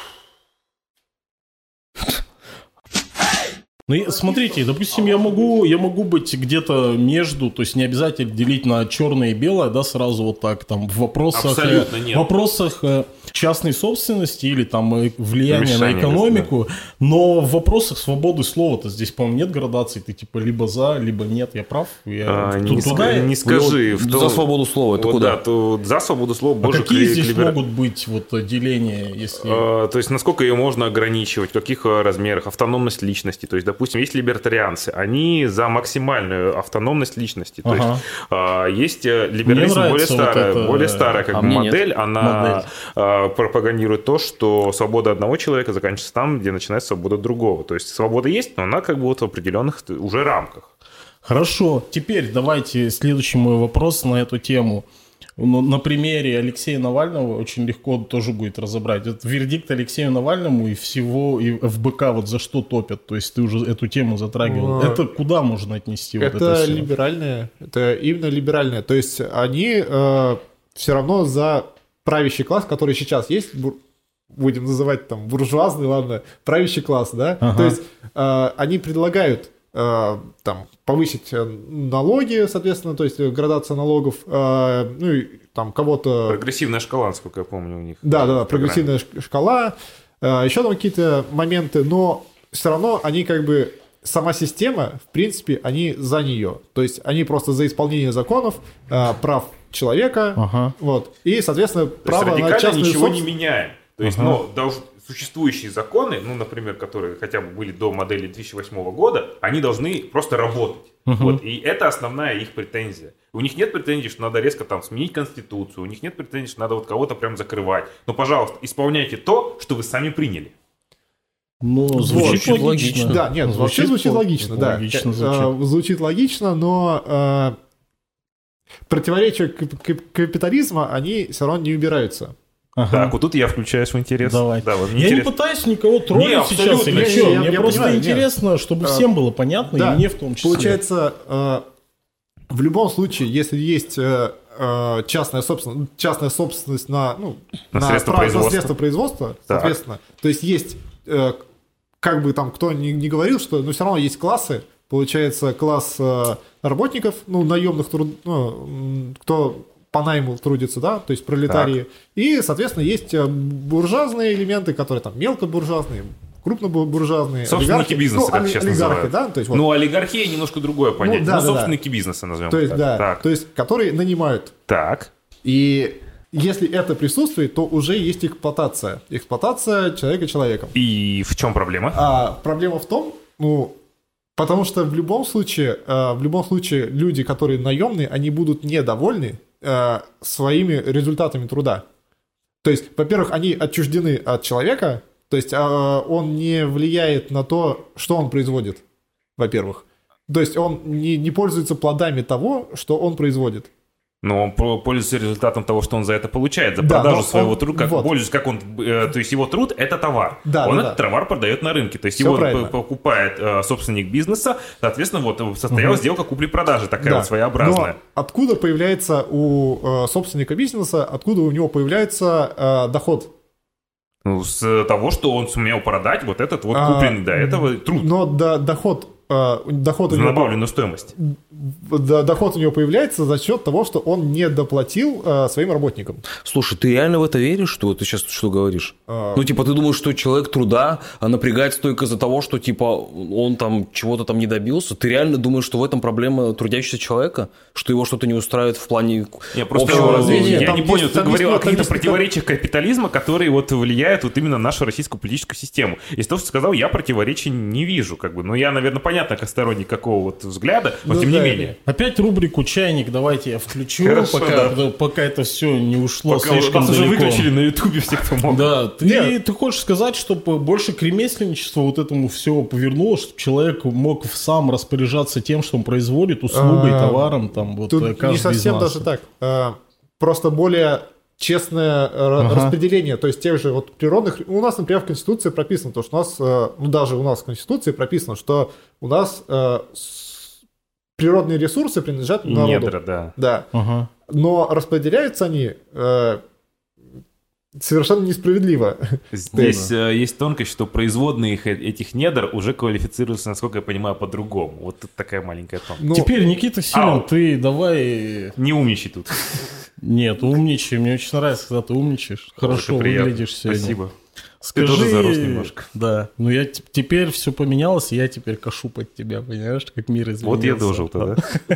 Ну, и смотрите, допустим, я могу, я могу быть где-то между, то есть не обязательно делить на черное и белое, да, сразу вот так, там, в вопросах, Абсолютно э, нет. в вопросах э, частной собственности или там э, влияния на Вмешания, экономику, но в вопросах свободы слова-то здесь, по-моему, нет градаций, ты типа либо за, либо нет, я прав? Я А, ту- не, туда ска- я- не скажи. в За том- свободу слова, это Вот куда? да, то за свободу слова А больше какие к- к здесь либера- могут быть вот э, деления, если... А, То есть, насколько ее можно ограничивать, в каких э, размерах, автономность личности. То есть, допустим, есть либертарианцы, они за максимальную автономность личности. То Ага. есть, а, есть э, либерализм Мне более нравится вот старая, это, более старая как а бы мне нет. модель. Она Модель. а, пропагандирует то, что свобода одного человека заканчивается там, где начинается свобода другого. То есть, свобода есть, но она как бы вот в определенных уже рамках. Хорошо, теперь давайте следующий мой вопрос на эту тему. Ну, на примере Алексея Навального очень легко тоже будет разобрать. Это вердикт Алексею Навальному и всего, и эф бэ ка вот за что топят. То есть ты уже эту тему затрагивал. Ну, это куда можно отнести вот это это все? либеральное, это именно либеральное. То есть они э, все равно за правящий класс, который сейчас есть, бур- будем называть там буржуазный, ладно, правящий класс, да. Ага. То есть э, они предлагают э, там повысить э, налоги, соответственно, то есть градация налогов, э, ну и там кого-то. Прогрессивная шкала, насколько я помню, у них. Да, да, да, в программе. прогрессивная ш- шкала, э, еще там какие-то моменты, но все равно они как бы сама система, в принципе, они за нее. То есть они просто за исполнение законов, э, прав человека, Ага. вот, и, соответственно, То есть право на радикально частную ничего не собственность. меняем. То есть, Ага. но долж- существующие законы, ну, например, которые хотя бы были до модели две тысячи восьмого года, они должны просто работать. Мгм. Вот, и это основная их претензия. У них нет претензий, что надо резко там сменить конституцию, у них нет претензий, что надо вот кого-то прям закрывать. Но, пожалуйста, исполняйте то, что вы сами приняли. Ну, звучит Звучит логично. логично. Да, нет, вообще звучит по- логично, да. Логично Э, звучит. звучит логично, но э, противоречия кап- кап- капитализма, они все равно не убираются. Ага. Так, вот тут я включаюсь в интерес. Давай. Да, вот мне Я не интересно. пытаюсь никого троллить Не, сейчас абсолютно. или Не, что. не, я- Мне я просто понимаю, нет. интересно, чтобы А, всем было понятно, да. и мне в том числе. Получается, э, в любом случае, если есть э, э, частная собственность, частная собственность на, ну, На средства прав- производства. средства производства, Так. соответственно, то есть есть, э, как бы там кто ни, ни говорил, что, но все равно есть классы. Получается, класс э, работников, ну, наемных труд, ну, м, кто по найму трудится, да, то есть пролетарии. И, соответственно, есть э, буржуазные элементы, которые там мелкобуржуазные, крупнобуржуазные, Собственники олигархи. бизнеса, Ну, как оли- сейчас олигархи, называют. да, то есть вот. Ну, олигархия немножко другое понятие. да, Ну, да, да. собственники бизнеса, назовем То есть, так. да, Так. то есть, которые нанимают. Так. И если это присутствует, то уже есть эксплуатация. Эксплуатация человека человеком. И в чем проблема? А проблема в том, ну, потому что в любом случае, э, в любом случае люди, которые наемные, они будут недовольны э, своими результатами труда. То есть, во-первых, они отчуждены от человека, то есть э, он не влияет на то, что он производит, во-первых. То есть он не, не пользуется плодами того, что он производит. Но он по- пользуется результатом того, что он за это получает, за Да, продажу но своего он- труда, как вот. пользуется, как он, э, то есть его труд это товар. Да, он да, этот да. товар продает на рынке, то есть Всё его правильно. п- покупает э, собственник бизнеса, соответственно, вот состоялась сделка купли-продажи такая вот своеобразная. Но откуда появляется у э, собственника бизнеса, откуда у него появляется э, доход? Ну, с того, что он сумел продать вот этот вот А, купленный до этого труд Но до- доход, э, доход, у за него, добавленную стоимость. до- доход у него появляется за счет того, что он не доплатил э, своим работникам. Слушай, ты реально в это веришь, что вот ты сейчас что говоришь? А. Ну, типа, ты думаешь, что человек труда а, напрягается только из-за того, что, типа, он там чего-то там не добился? Ты реально думаешь, что в этом проблема трудящегося человека? Что его что-то не устраивает в плане Не, просто общего э, развития? не, я там не есть- понял, ты там говорил есть- о каких-то там есть- противоречиях капитализма, которые вот влияют вот именно на нашу российскую политическую систему. Из того, что ты сказал, я противоречий не вижу, как бы. Ну, я, наверное, понятно непонятно сторонник какого вот взгляда, но Ну тем да, не менее. Опять рубрику «Чайник» давайте я включу, Хорошо, пока, да. пока это все не ушло Пока слишком нас уже далеко. выключили на Ютубе все, кто мог. Да, ты, Нет. ты хочешь сказать, чтобы больше к ремесленничеству вот этому все повернулось, чтобы человек мог сам распоряжаться тем, что он производит, услугой, А, товаром, там, вот Тут э, каждый не из совсем нас. даже так. А, Просто более честное э, Ага. распределение. То есть тех же вот природных... У нас, например, в Конституции прописано, то, что у нас, э, ну даже у нас в Конституции прописано, что у нас э, с- природные ресурсы принадлежат народу. Недра, да. Да. Ага. Но распределяются они э, совершенно несправедливо. Здесь э, есть тонкость, что производные их, э, этих недр уже квалифицируются, насколько я понимаю, по-другому. Вот тут такая маленькая тонкость. Ну, Теперь, Никита Силин, Ау. ты давай... Не умничай тут. Нет, умничай. Мне очень нравится, когда ты умничаешь. Хорошо Это приятно. выглядишь сегодня. Спасибо. Скажи... тоже зарос немножко. Да. Ну, я т- теперь все поменялось, и я теперь кашу под тебя, понимаешь, как мир изменился. Вот я дожил тогда.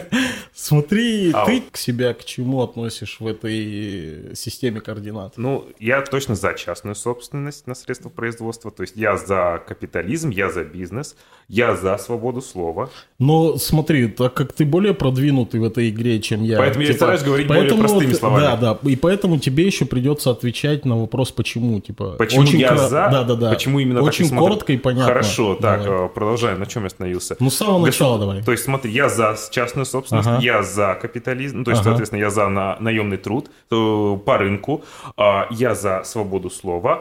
Смотри, Ау. ты к себя к чему относишь в этой системе координат? Ну, я точно за частную собственность на средства производства. То есть я за капитализм, я за бизнес, я за свободу слова. Но смотри, так как ты более продвинутый в этой игре, чем я. Поэтому я стараюсь говорить более простыми вот, словами. Да, да. И поэтому тебе еще придется отвечать на вопрос, почему. Типа, Почему очень я кра- за? Да, да, да. Почему именно так Очень я смотрю? коротко и понятно. Хорошо, так, Давай. э, продолжаем. На чем я остановился? Ну, с самого Госу- начала давай. То есть, смотри, я за частную собственность, Ага. я за капитализм, ну, то есть, Ага. соответственно, я за на, наемный труд э, по рынку, а, я за свободу слова,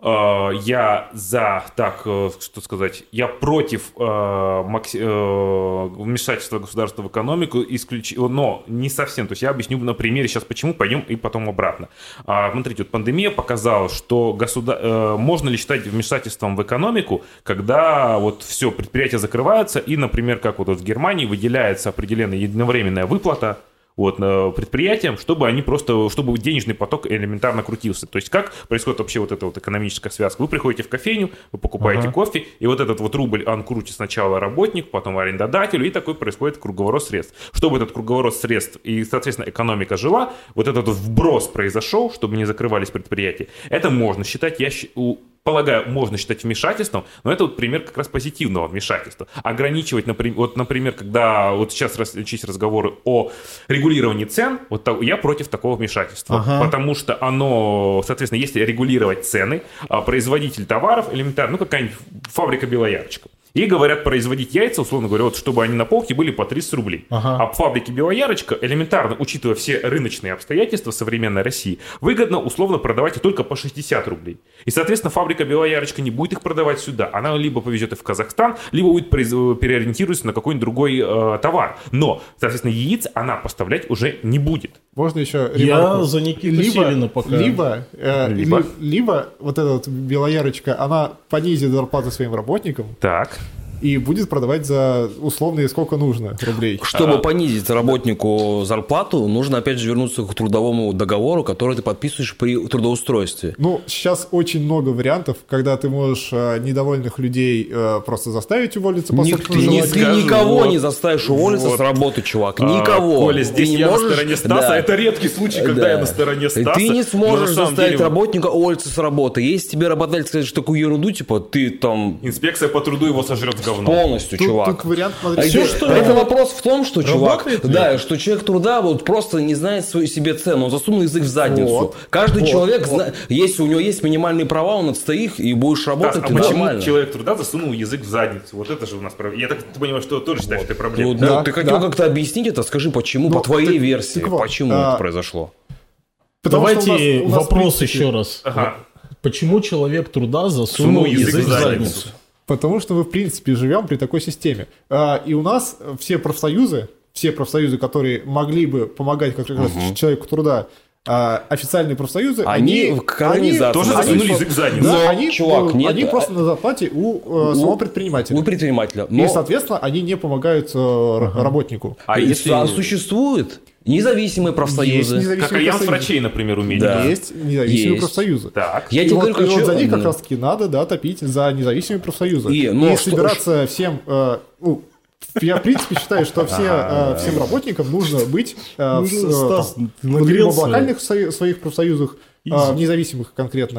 а, я за, так, э, что сказать, я против э, макси- э, вмешательства государства в экономику, исключ... но не совсем. То есть, я объясню на примере сейчас почему, пойдем и потом обратно. А, смотрите, вот пандемия показала, что государ... э, можно ли считать вмешательством в экономику, когда вот все, предприятия закрываются, и, например, как вот, вот в Германии выделяется определенная единовременная выплата вот, на предприятиям, чтобы они просто, чтобы денежный поток элементарно крутился. То есть как происходит вообще вот эта вот экономическая связка? Вы приходите в кофейню, вы покупаете Ага. кофе, и вот этот вот рубль, он крутит сначала работник, потом арендодателю, и такой происходит круговорот средств. Чтобы этот круговорот средств и, соответственно, экономика жила, вот этот вот вброс произошел, чтобы не закрывались предприятия, это можно считать, я щ- у- полагаю, можно считать вмешательством, но это вот пример как раз позитивного вмешательства. Ограничивать, например, вот, например, когда вот сейчас раз- начались разговоры о регулировании цен, вот та- я против такого вмешательства, Ага. потому что оно, соответственно, если регулировать цены, а производитель товаров элементарно, ну какая-нибудь фабрика Белоярочка, и говорят производить яйца, условно говоря, вот, чтобы они на полке были по тридцать рублей. Ага. А в фабрике Белоярочка, элементарно, учитывая все рыночные обстоятельства современной России, выгодно условно продавать их только по шестьдесят рублей. И, соответственно, фабрика Белоярочка не будет их продавать сюда. Она либо повезет их в Казахстан, либо будет произ- переориентируется на какой-нибудь другой э, товар. Но, соответственно, яиц она поставлять уже не будет. Можно еще Я ремарку? за Никиту либо, Силина пока. Либо, э, Либо. ли- либо вот эта вот Белоярочка, она понизит зарплату своим работникам Так. и будет продавать за условные сколько нужно рублей. Чтобы понизить работнику зарплату, нужно опять же вернуться к трудовому договору, который ты подписываешь при трудоустройстве. Ну, сейчас очень много вариантов, когда ты можешь э, недовольных людей э, просто заставить уволиться по Ник- собственному ты, ни- желанию. ты скажу, никого вот. не заставишь уволиться Вот. с работы, чувак. А, Никого. Коля, Ты здесь не я можешь- на стороне Стаса. Да. Это редкий случай, когда Да. я на стороне Стаса. Ты не Но сможешь на самом заставить деле работника уволиться с работы. Если тебе работодатель скажет такую ерунду, типа, ты там Инспекция по труду его сожрет в говно. полностью, Тут, чувак. тут вариант, А смотри, это, что- это вопрос в том, что чувак, Работает ли? да, что человек труда вот просто не знает свою себе цену, он засунул язык в задницу. Вот. Каждый Вот. человек, зна- если у него есть минимальные права, он отстоит их и будешь Стас, работать, а и почему нормально. человек труда засунул язык в задницу? Вот это же у нас проблема. Я так ты понимаешь, что тоже считаешь, что это Ну, проблема. ну, Да, ты хотел да. как-то объяснить это, скажи, почему, Ну, по твоей так- версии, так вот, почему а, это произошло? Потому что Давайте у нас- у нас, в вопрос принципе, еще раз. Ага. Почему человек труда засунул Сунул язык, в задницу? Потому что мы, в принципе, живем при такой системе. А, И у нас все профсоюзы, все профсоюзы, которые могли бы помогать как раз человеку труда, а, официальные профсоюзы, Они они... к организации Тоже они- засунули они- язык в задницу. Да, Но, они, чувак, э, нет, они а- просто на зарплате у э, самого предпринимателя. У предпринимателя. И, Но соответственно, они не помогают э, р- работнику. А и- если... а существуют независимые Есть профсоюзы. Как независимые альянс профсоюзы. врачей, например, умеет. Да. Есть независимые Есть. профсоюзы. Так. Я И тебе вот, говорю, и вот что- за них как ну, раз таки надо, да, топить за независимые профсоюзы. И, И, но что- собираться всем... э, ну, я, в принципе, считаю, что все, э, всем работникам нужно быть э, в, с- Ну, э, Стас, там, ты внутри нагрелся. локальных сою- своих профсоюзах, э, Изи. в независимых конкретно,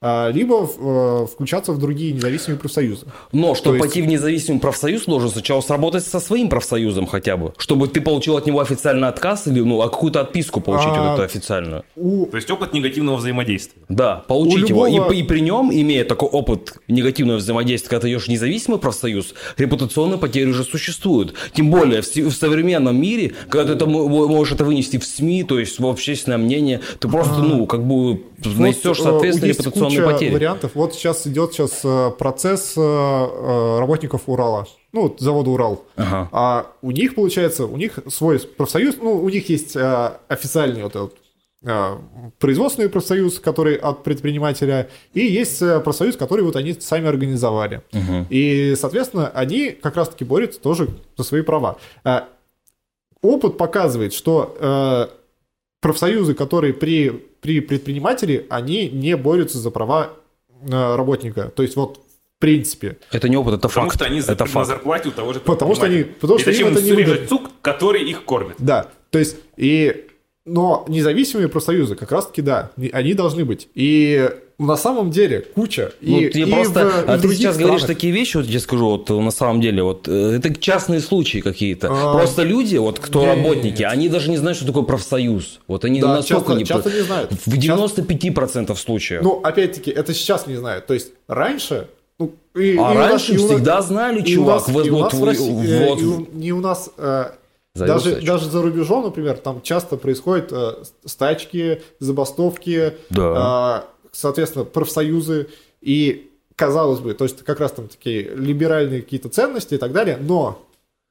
а, либо э, включаться в другие независимые профсоюзы. Но, чтобы есть... пойти в независимый профсоюз, нужно сначала сработать со своим профсоюзом хотя бы, чтобы ты получил от него официальный отказ или ну, какую-то отписку получить А, вот эту официальную. У... То есть опыт негативного взаимодействия. Да, получить любого- его. И, и при нем, имея такой опыт негативного взаимодействия, когда ты идешь в независимый профсоюз, репутационные потери уже существуют. Тем более в, в современном мире, когда ты это мо- можешь это вынести в СМИ, то есть в общественное мнение, ты просто, ну, как бы нанесешь Вот, э, соответственно есть репутационные куча потери. вариантов. Вот сейчас идет сейчас э, процесс э, э, работников Урала, ну, вот завода Урал. Ага. А у них, получается, у них свой профсоюз, ну, у них есть э, официальный вот этот э, производственный профсоюз, который от предпринимателя, и есть э, профсоюз, который вот они сами организовали. Угу. И, соответственно, они как раз-таки борются тоже за свои права. Э, опыт показывает, что э, профсоюзы, которые при, при предпринимателе, они не борются за права э, работника. То есть вот в принципе. Это не опыт, это Потому факт. что они это за- на факт. зарплате у того же Потому что они- предпринимателя. потому И что им зачем это им не срежать выгодно. цук, который их кормит? Да, то есть и... Но независимые профсоюзы, как раз-таки, да, они должны быть. И на самом деле куча. Ну, и, ты и просто, в- и в а ты других сейчас говоришь странах. такие вещи, вот я скажу, вот на самом деле, вот э, это частные случаи какие-то. А, Просто люди, вот кто нет. работники, они даже не знают, что такое профсоюз. Вот они Да, настолько часто, не... часто не знают. В девяносто пять процентов случаев. Ну, опять-таки, это сейчас не знают. То есть раньше... Ну, и, А и у нас- раньше и у нас- всегда знали, и у нас- чувак. и у Вот- нас в вот- России, э, вот. и у- не у нас... э, Завелся Даже, очко. даже за рубежом, например, там часто происходят э, стачки, забастовки, Да. э, соответственно, профсоюзы. И, казалось бы, то есть как раз там такие либеральные какие-то ценности и так далее, но,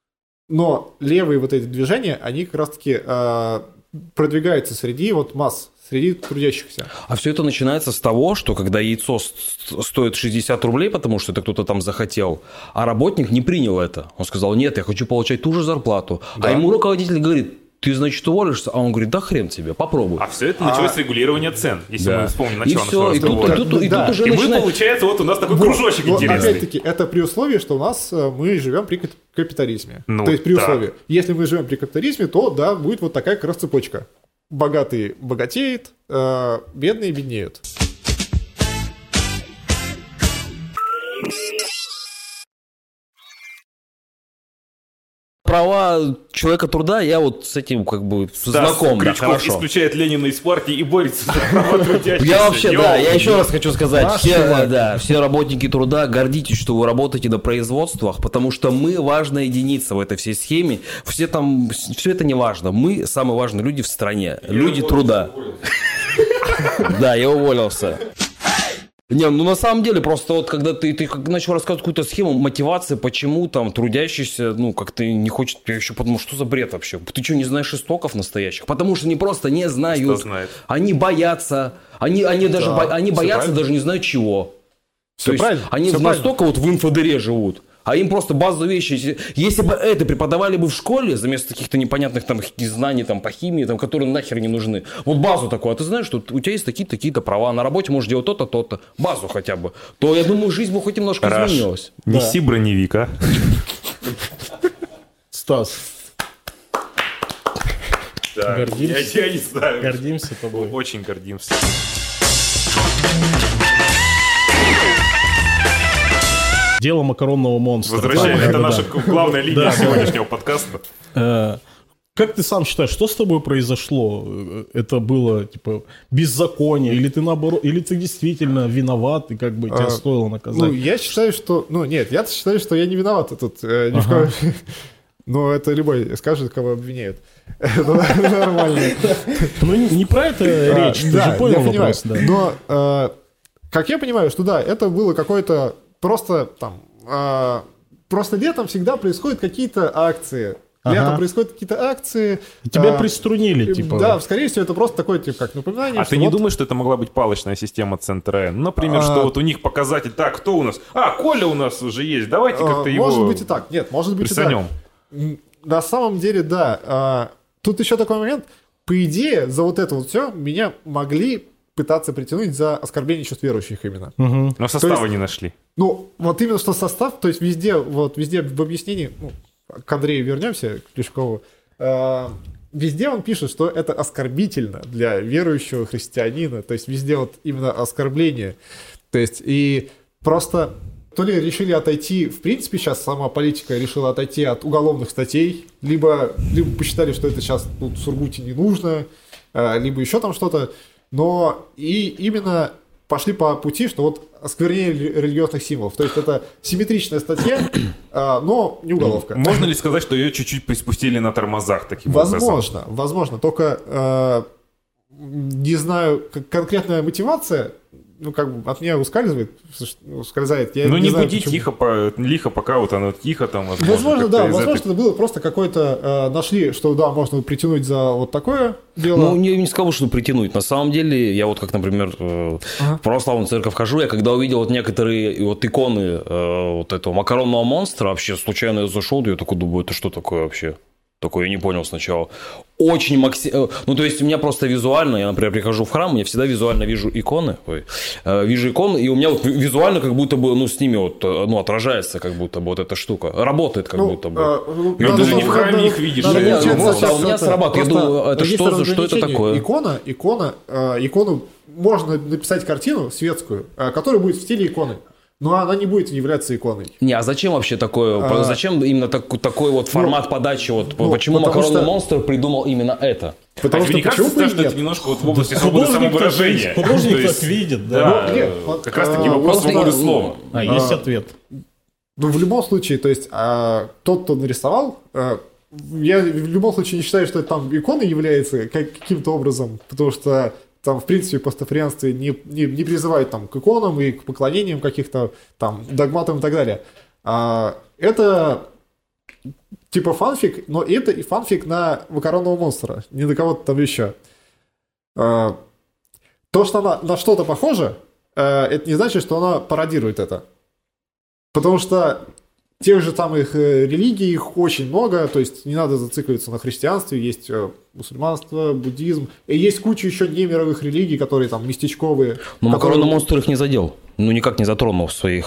но левые вот эти движения, они как раз-таки э, продвигаются среди вот масс, среди трудящихся. А все это начинается с того, что когда яйцо с- стоит шестьдесят рублей, потому что это кто-то там захотел, а работник не принял это. Он сказал, нет, я хочу получать ту же зарплату. Да. А ему руководитель говорит, ты, значит, уволишься? А он говорит, да хрен тебе, попробуй. А все это началось с регулирования цен, если Да. мы вспомним И начало все, нашего и тут, разговора. и тут- и тут Да. уже И мы, начинает... получается, вот у нас такой Вот, кружочек вот интересный. опять-таки, это при условии, что у нас э, мы живем при кап- капитализме. Ну, то есть при да. условии, если мы живем при капитализме, то да, будет вот такая как раз цепочка. Богатые богатеют, э, бедные беднеют. Права человека труда, я вот с этим как бы Да, знаком, да, Крючков хорошо. исключает Ленина из партии и борется за права трудящихся. Я вообще, да, я Ёлки. еще раз хочу сказать, Наш все, чувак. да, все работники труда, гордитесь, что вы работаете на производствах, потому что мы важная единица в этой всей схеме. Все там, все это не важно. Мы самые важные люди в стране, люди труда. Да, я уволился. Не, ну на самом деле, просто вот когда ты, ты как начал рассказывать какую-то схему мотивации, почему там трудящийся, ну, как-то не хочет, я еще подумал, что за бред вообще? Ты что, не знаешь истоков настоящих? Потому что они просто не знают. Что знает? Они боятся, они, они даже Да, бо- они всё боятся, правильно. даже не знают чего. Всё То есть правильно, они всё настолько вот в инфодыре живут. А им просто базовые вещи. Если- Если бы это преподавали бы в школе, заместо каких-то непонятных там хи- знаний там, по химии, там, которые нахер не нужны. Вот базу такую. А ты знаешь, что у тебя есть такие-то, такие-то права. На работе можешь делать то-то, то-то. Базу хотя бы. То, я думаю, жизнь бы хоть немножко Раш, изменилась. неси броневик, а. Стас, Да, Гордимся. Я, я не знаю. гордимся тобой. Очень гордимся. Дело макаронного монстра. Возвращаем. Да, Это да, наша да. главная линия Да. сегодняшнего подкаста. Э, Как ты сам считаешь, что с тобой произошло? Это было, типа, беззаконие? Или ты наоборот, или ты действительно виноват, и как бы тебя А, стоило наказать? Ну, я считаю, что... Ну, нет, я считаю, что я не виноват тут. э, ни в Ага. коем- Но это любой скажет, кого обвиняют. Ну, нормально. Ну, не, не про это А, речь, ты да, же понял я понимаю. вопрос, да. Но, э, как я понимаю, что да, это было какое-то просто там... э, Просто летом всегда происходят какие-то акции. Летом Ага. происходят какие-то акции. Тебя а, приструнили, типа. Да, скорее всего, это просто такое, типа, как напоминание. А что ты не вот- думаешь, что это могла быть палочная система Центра Н? Например, А. что вот у них показатель, так, кто у нас? А, Коля у нас уже есть, давайте А, как-то его Может быть и так. Нет, может быть и так. присанем. М, На самом деле, да. А, Тут еще такой момент. По идее, за вот это вот все меня могли пытаться притянуть за оскорбление чувств верующих именно. Мгм. Но состава есть- не нашли. Ну, вот именно что состав, то есть везде, вот везде в объяснении, ну, к Андрею вернемся, к Плешкову. А, везде он пишет, что это оскорбительно для верующего христианина, то есть везде вот именно оскорбление. То есть и просто то ли решили отойти, в принципе, сейчас сама политика решила отойти от уголовных статей, либо, либо посчитали, что это сейчас тут Сургуте не нужно, либо еще там что-то, но и именно пошли по пути, что вот осквернение религиозных символов. То есть это симметричная статья, но не уголовка. Можно ли сказать, что ее чуть-чуть приспустили на тормозах таким возможно, образом? Возможно, возможно. Только э, не знаю, конкретная мотивация, ну, как бы от меня ускальзывает, ускользает. Я ну, не, не знаю, буди почему. тихо, по, лихо, пока вот оно тихо там. Возможно, возможно да, возможно, этой... это было просто какое-то, э, нашли, что да, можно притянуть за вот такое дело. Ну, не, не скажу, что притянуть. На самом деле, я вот как, например, э, ага. в православную церковь хожу, я когда увидел вот некоторые вот иконы э, вот этого макаронного монстра, вообще случайно я зашел, я такой думаю, это что такое вообще? Такое я не понял сначала. Очень макси... Ну, то есть, у меня просто визуально, я, например, прихожу в храм, я всегда визуально вижу иконы, ой, э, вижу иконы, и у меня вот визуально как будто бы, ну, с ними вот, ну, отражается как будто бы вот эта штука. Работает как ну, будто бы. А, ну, ну, ты же не в храме надо, их видишь. Надо, я, надо, ну, вот, а у меня срабатывает. Я думаю, это что, за, что это такое? Икона, икона, э, икону, можно написать картину светскую, э, которая будет в стиле иконы. Но она не будет являться иконой. Не, а зачем вообще такое? А, зачем именно так, такой вот формат ну, подачи? Вот, ну, почему макаронный что... монстр придумал именно это? Потому а что, мне кажется, что это немножко вот в области свободы самовыражения. Художник так видит, да. да. Ну, как раз таки вопрос свободы слова. А, есть ответ. Ну, в любом случае, то есть, а, тот, кто нарисовал, а, я в любом случае не считаю, что это там икона является каким-то образом, потому что там, в принципе, пастафарианство не, не, не призывает там, к иконам и к поклонениям каких-то там догматам и так далее. А, это типа фанфик, но это и фанфик на макаронного монстра, не на кого-то там еще. А, то, что она на что-то похожа, а, это не значит, что она пародирует это. Потому что тех же самых религий, их очень много, то есть не надо зацикливаться на христианстве, есть мусульманство, буддизм, и есть куча еще немировых религий, которые там местечковые. Но которые... макаронный монстр их не задел. Ну, никак не затронул в своих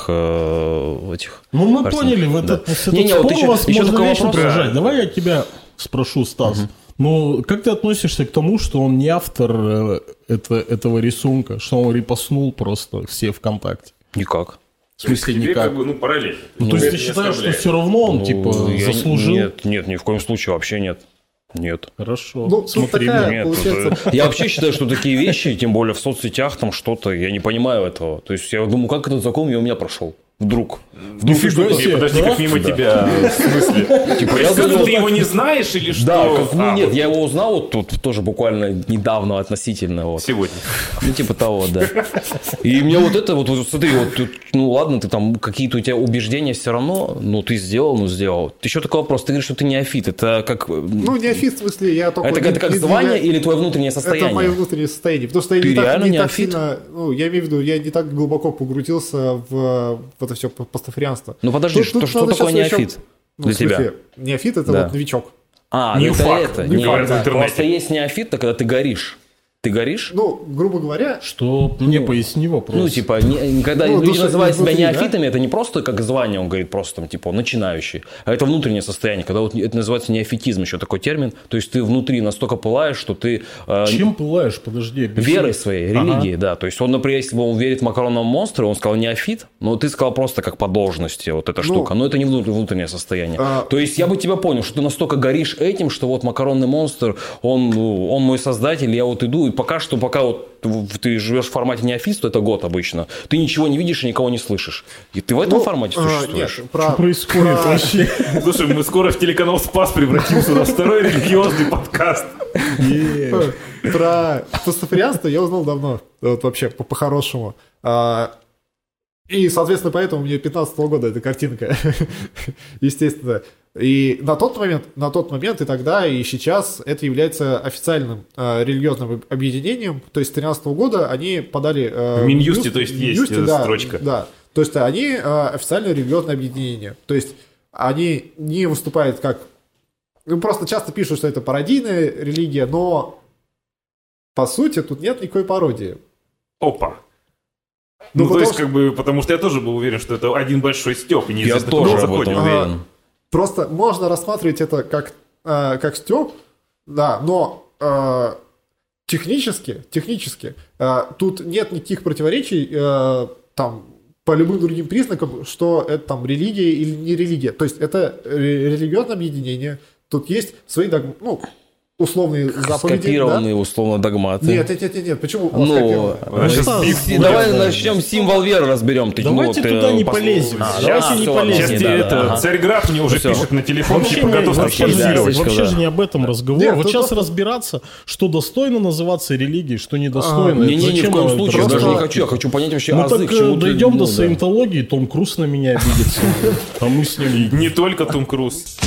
э, этих... Ну, мы картинах. Поняли, в этот, да. этот не, не, спор вот еще, у вас еще можно вещи вопрос... продолжать. Давай я тебя спрошу, Стас. Угу. Ну, как ты относишься к тому, что он не автор это, этого рисунка, что он репостнул просто все ВКонтакте? Никак. В смысле, никак? Как бы, ну, параллельно. Ну, то есть ты считаешь, что все равно он, ну, типа, заслужил? Нет, нет, ни в коем случае вообще нет. Нет. Хорошо. Ну, смотри, такая, нет, это... Я вообще считаю, что такие вещи, тем более в соцсетях, там что-то, я не понимаю этого. То есть я думаю, как этот закон у меня прошел? Вдруг. Вдруг что-то... Подожди, да? Как мимо да. тебя, в смысле? Типа, я думал, ты его не знаешь или что? Да, как, ну а, нет, вот. Я его узнал вот тут тоже буквально недавно относительно. Вот. Сегодня. Ну, типа того, да. И мне вот это, вот, вот смотри, вот, тут, ну ладно, ты там, какие-то у тебя убеждения все равно, ну ты сделал, ну сделал. Еще такой вопрос, ты говоришь, что ты неофит, это как... Ну, неофит, в смысле, я только... Это, не, это как не, звание не, или твое внутреннее состояние? Это мое внутреннее состояние, потому что я ты не так, не неофит? так сильно... Ну, я имею в виду, я не так глубоко погрузился в, в это все пастафарианство. Ну подожди, тут, что, тут что такое неофит еще... для ну, тебя? Смысле, неофит это да. вот новичок. А, не это факт, это. Не факт, да. Просто есть неофит, когда ты горишь. Ты горишь? Ну, грубо говоря... Что? Мне поясни вопрос. Ну, типа, не, когда ну, люди называют себя внутри, неофитами, да? Это не просто как звание, он говорит, просто там, типа, начинающий. А это внутреннее состояние, когда вот это называется неофитизм, еще такой термин. То есть ты внутри настолько пылаешь, что ты... Э, Чем пылаешь? Подожди. Объясни. Верой своей, религией, ага. да. То есть он, например, если бы он верит в макаронного монстра, он сказал неофит, но ты сказал просто как по должности вот эта ну, штука. Но это не внутреннее состояние. А... То есть я бы тебя понял, что ты настолько горишь этим, что вот макаронный монстр, он, он мой создатель, я вот иду, и пока что, пока вот ты живешь в формате неофит, то это год обычно. Ты ничего не видишь и никого не слышишь. И ты в этом ну, формате существуешь. Нет, про... Что происходит про... вообще? Слушай, мы скоро в телеканал «Спас» превратимся на второй религиозный подкаст. Про пастафарианство я узнал давно. Вот вообще, по-хорошему. И, соответственно, поэтому мне пятнадцатого года эта картинка. Естественно. И на тот момент, на тот момент и тогда, и сейчас это является официальным э, религиозным объединением. То есть с тринадцатого года они подали... Э, в Минюсте, то есть есть Минюсте, да, строчка. Да, то есть они э, официальное религиозное объединение. То есть они не выступают как... Ну, просто часто пишут, что это пародийная религия, но по сути тут нет никакой пародии. Опа. Ну, ну то есть, что... как бы, потому что я тоже был уверен, что это один большой стёб. И я тоже об этом уверен. Просто можно рассматривать это как, э, как стёб, Да, но э, технически, технически э, тут нет никаких противоречий э, там по любым другим признакам, что это там религия или не религия. То есть это религиозное объединение. Тут есть свои догматы, ну, условные заповеди. Скопированные, да? условно, догматы. Нет, нет, нет, нет. Почему? Ну, давай начнем с символ веры разберем. Ты, давайте ну, туда ты, не пос... полезем. А, давайте да, не все, полезем. Сейчас да, тебе да, это, ага. Царьград мне уже Всё. пишет на телефон, Вообще, типа не, готов вообще, спонсировать. же, вообще да. же не об этом разговор. Нет, вот тут сейчас просто- разбираться, что достойно называться религией, что недостойно. Не, Это не, ни в зачем коем этот случае. Я даже разговор? не хочу. Я хочу понять вообще Ну азы, так к чему э, ты, дойдем ну, до да. саентологии, Том Круз на меня обидится. А мы с ним... Не только Том Круз.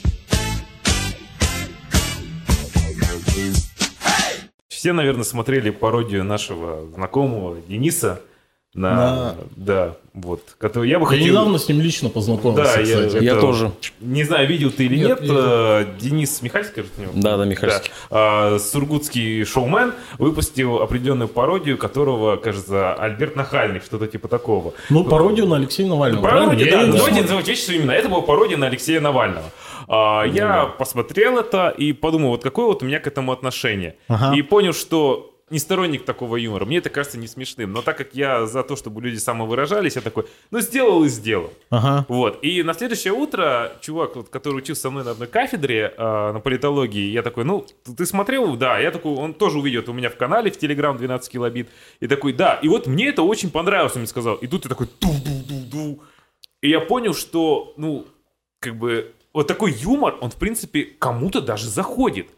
Все, наверное, смотрели пародию нашего знакомого Дениса на, На- да, вот, который я бы Я хотел. недавно с ним лично познакомился, Да, я- кстати. Я это- тоже. Не знаю, видел ты или нет, Нет, не э, Денис Михальский, кажется, у него? Да, да, Михальский. Да. А, сургутский шоумен выпустил определенную пародию, которого, кажется, Альберт Нахальный, что-то типа такого. Ну, пародию на Алексея Навального. Пародия, правильно? Я да, её не давайте смотрел. называть вещи своими именами. Это была пародия на Алексея Навального. А, я посмотрел это и подумал, вот какое вот у меня к этому отношение. Ага. И понял, что не сторонник такого юмора. Мне это кажется не смешным. Но так как я за то, чтобы люди самовыражались, я такой, ну сделал и сделал. Ага. Вот. И на следующее утро чувак, вот, который учился со мной на одной кафедре э, на политологии, я такой, ну, ты смотрел? Да. Я такой, он тоже увидит у меня в канале, в Телеграм двенадцать килобит. И такой, да. И вот мне это очень понравилось, он мне сказал. И тут я такой, ду-ду-ду-ду. И я понял, что, ну, как бы, вот такой юмор, он, в принципе, кому-то даже заходит.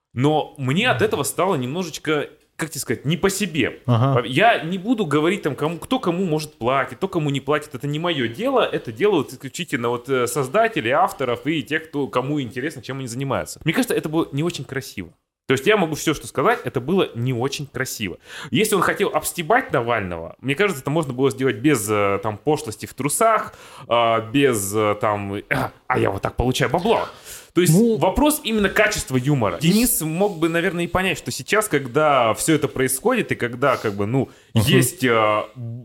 Но мне от этого стало немножечко, как тебе сказать, не по себе. Ага. Я не буду говорить, там, кому, кто кому может платить, кто кому не платит. Это не мое дело. Это делают исключительно вот э, создатели, авторов и тех, кто, кому интересно, чем они занимаются. Мне кажется, это было не очень красиво. То есть я могу все, что сказать, это было не очень красиво. Если он хотел обстебать Навального, мне кажется, это можно было сделать без э, там пошлости в трусах, э, без э, там, э, а я вот так получаю бабло. То есть Ну, вопрос именно качества юмора. Денис мог бы, наверное, и понять, что сейчас, когда все это происходит, и когда, как бы, ну, есть э,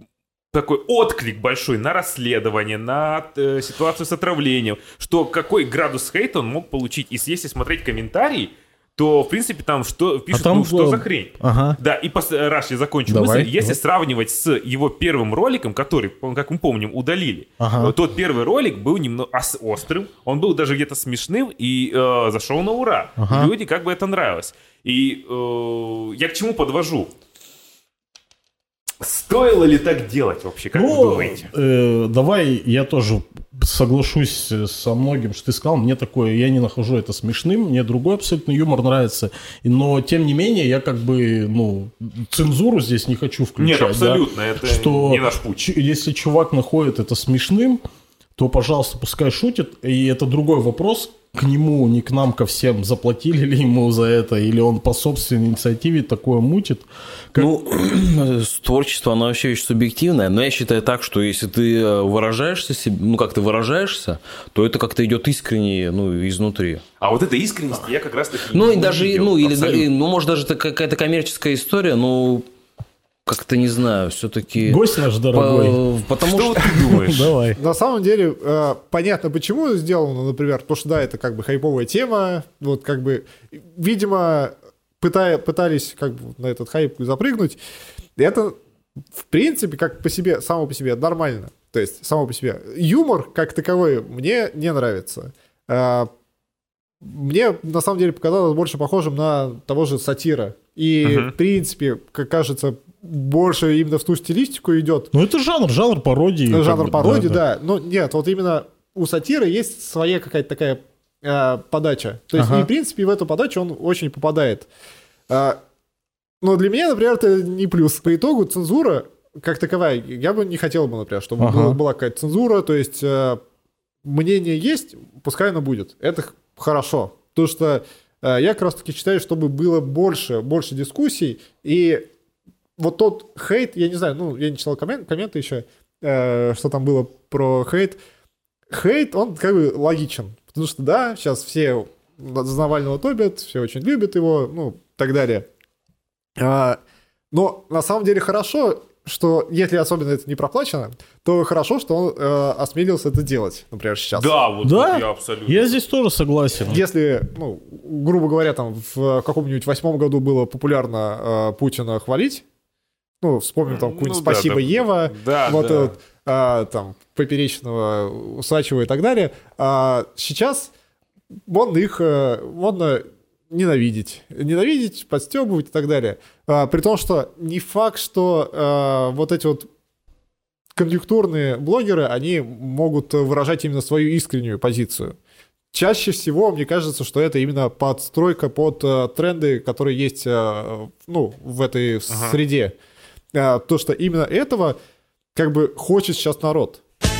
такой отклик большой на расследование, на э, ситуацию с отравлением, что какой градус хейта он мог получить. И если смотреть комментарии, то, в принципе, там что пишут, там ну, что было- за хрень. Ага. Да, и пос... раз я закончу Давай, мысль, если давай. сравнивать с его первым роликом, который, как мы помним, удалили, Ага. тот первый ролик был немного ос- острым, он был даже где-то смешным и э, зашел на ура. Ага. Люди как бы это нравилось. И э, я к чему подвожу? Стоило ли так делать вообще, как вы Ну, думаете? э, давай я тоже соглашусь со многим, что ты сказал. Мне такое, я не нахожу это смешным. Мне другой абсолютно юмор нравится. И- Но, тем не менее, я как бы, ну, цензуру здесь не хочу включать. Нет, абсолютно, да, это что не наш путь. ч- если чувак находит это смешным, то, пожалуйста, пускай шутит. И это другой вопрос. К нему, не к нам, ко всем, заплатили ли ему за это, или он по собственной инициативе такое мутит. Как- Ну, творчество, оно вообще вещь субъективная, но я считаю так, что если ты выражаешься, себе- ну, как ты выражаешься, то это как-то идет искренне, ну, изнутри. А вот эта искренность я как раз таки Ну, и не даже, увидел, ну, или, абсолютно. и, ну, может, даже это какая-то коммерческая история, но как-то, не знаю, все-таки... Гость наш дорогой. Потому Что что... ты думаешь? Давай. На самом деле, э, понятно, почему сделано, например, потому что, да, это как бы хайповая тема, вот как бы, видимо, пытая, пытались как бы на этот хайп запрыгнуть, и это, в принципе, как по себе, само по себе нормально, то есть, само по себе. Юмор, как таковой, мне не нравится. Э, Мне, на самом деле, показалось больше похожим на того же сатира. И, Мгм. в принципе, как кажется, больше именно в ту стилистику идет, Ну, это жанр, жанр пародии. ну, как жанр бы, пародии, да, Но нет, вот именно у сатиры есть своя какая-то такая э, подача. То есть, Ага. и, в принципе, в эту подачу он очень попадает. А, но для меня, например, это не плюс. По итогу цензура, как таковая, я бы не хотел бы, например, чтобы Ага. была, была какая-то цензура. То есть, э, мнение есть, пускай оно будет. Это х- хорошо. Потому что э, я как раз-таки считаю, чтобы было больше, больше дискуссий. И вот тот хейт, я не знаю, ну, я не читал коммен- комменты еще, э, что там было про хейт. Хейт, он как бы логичен. Потому что, да, сейчас все за Навального топят, все очень любят его, ну, так далее. А, но на самом деле хорошо, что если особенно это не проплачено, то хорошо, что он э, осмелился это делать, например, сейчас. Да, вот, Да, вот я абсолютно. я здесь тоже согласен. Если, ну, грубо говоря, там в каком-нибудь восьмом году было популярно э, Путина хвалить, ну, вспомним там какую-нибудь Ну, да, «Спасибо, да, Ева», да, вот да. этот, а, там, Поперечного, Усачева и так далее. А сейчас модно их, э, модно ненавидеть. Ненавидеть, подстебывать и так далее. А, при том, что не факт, что а, вот эти вот конъюнктурные блогеры, они могут выражать именно свою искреннюю позицию. Чаще всего, мне кажется, что это именно подстройка под а, тренды, которые есть а, ну, в этой Ага. среде. А, то, что именно этого как бы хочет сейчас народ.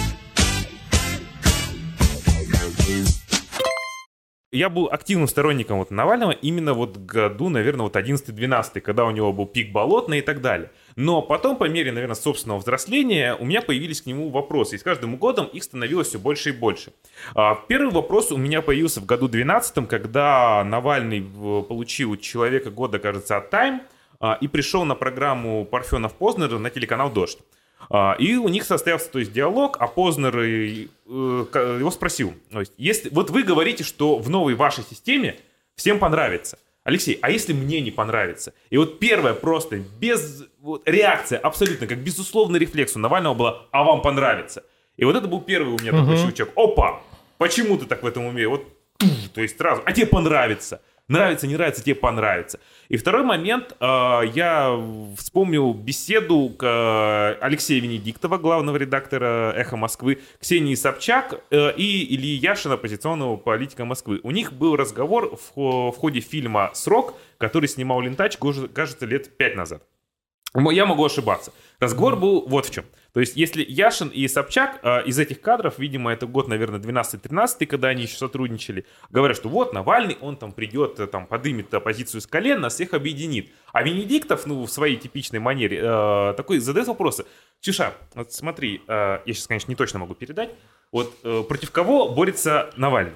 Я был активным сторонником вот Навального именно вот году, наверное, вот одиннадцатый-двенадцатый, когда у него был пик болотный и так далее. Но потом, по мере, наверное, собственного взросления, у меня появились к нему вопросы. И с каждым годом их становилось все больше и больше. А, Первый вопрос у меня появился в году двенадцатом, когда Навальный в- получил «Человека года», кажется, от Time, а, и пришел на программу Парфенов-Познер на телеканал «Дождь». А, И у них состоялся, то есть, диалог, а Познер э, э, ка- его спросил, то есть, если, вот вы говорите, что в новой вашей системе всем понравится. Алексей, а если мне не понравится? И вот первая просто без вот, реакция, абсолютно, как безусловный рефлекс у Навального была, а вам понравится. И вот это был первый у меня такой щелчок. Опа, почему ты так в этом уме? Вот, то есть сразу, а тебе понравится. Нравится, не нравится, тебе понравится. И второй момент, э, я вспомнил беседу к, э, Алексея Венедиктова, главного редактора «Эхо Москвы», Ксении Собчак э, и Ильи Яшина, оппозиционного политика Москвы. У них был разговор в, хо- в ходе фильма «Срок», который снимал Лентач, гоже- кажется, лет пять назад. М- Я могу ошибаться. Разговор был вот в чем. То есть, если Яшин и Собчак э, из этих кадров, видимо, это год, наверное, двенадцатый-тринадцатый, когда они еще сотрудничали, говорят, что вот Навальный, он там придет, э, там подымет оппозицию с колен, нас всех объединит. А Венедиктов, ну, в своей типичной манере, э, такой задает вопросы. Чиша, вот смотри, э, я сейчас, конечно, не точно могу передать, вот э, против кого борется Навальный?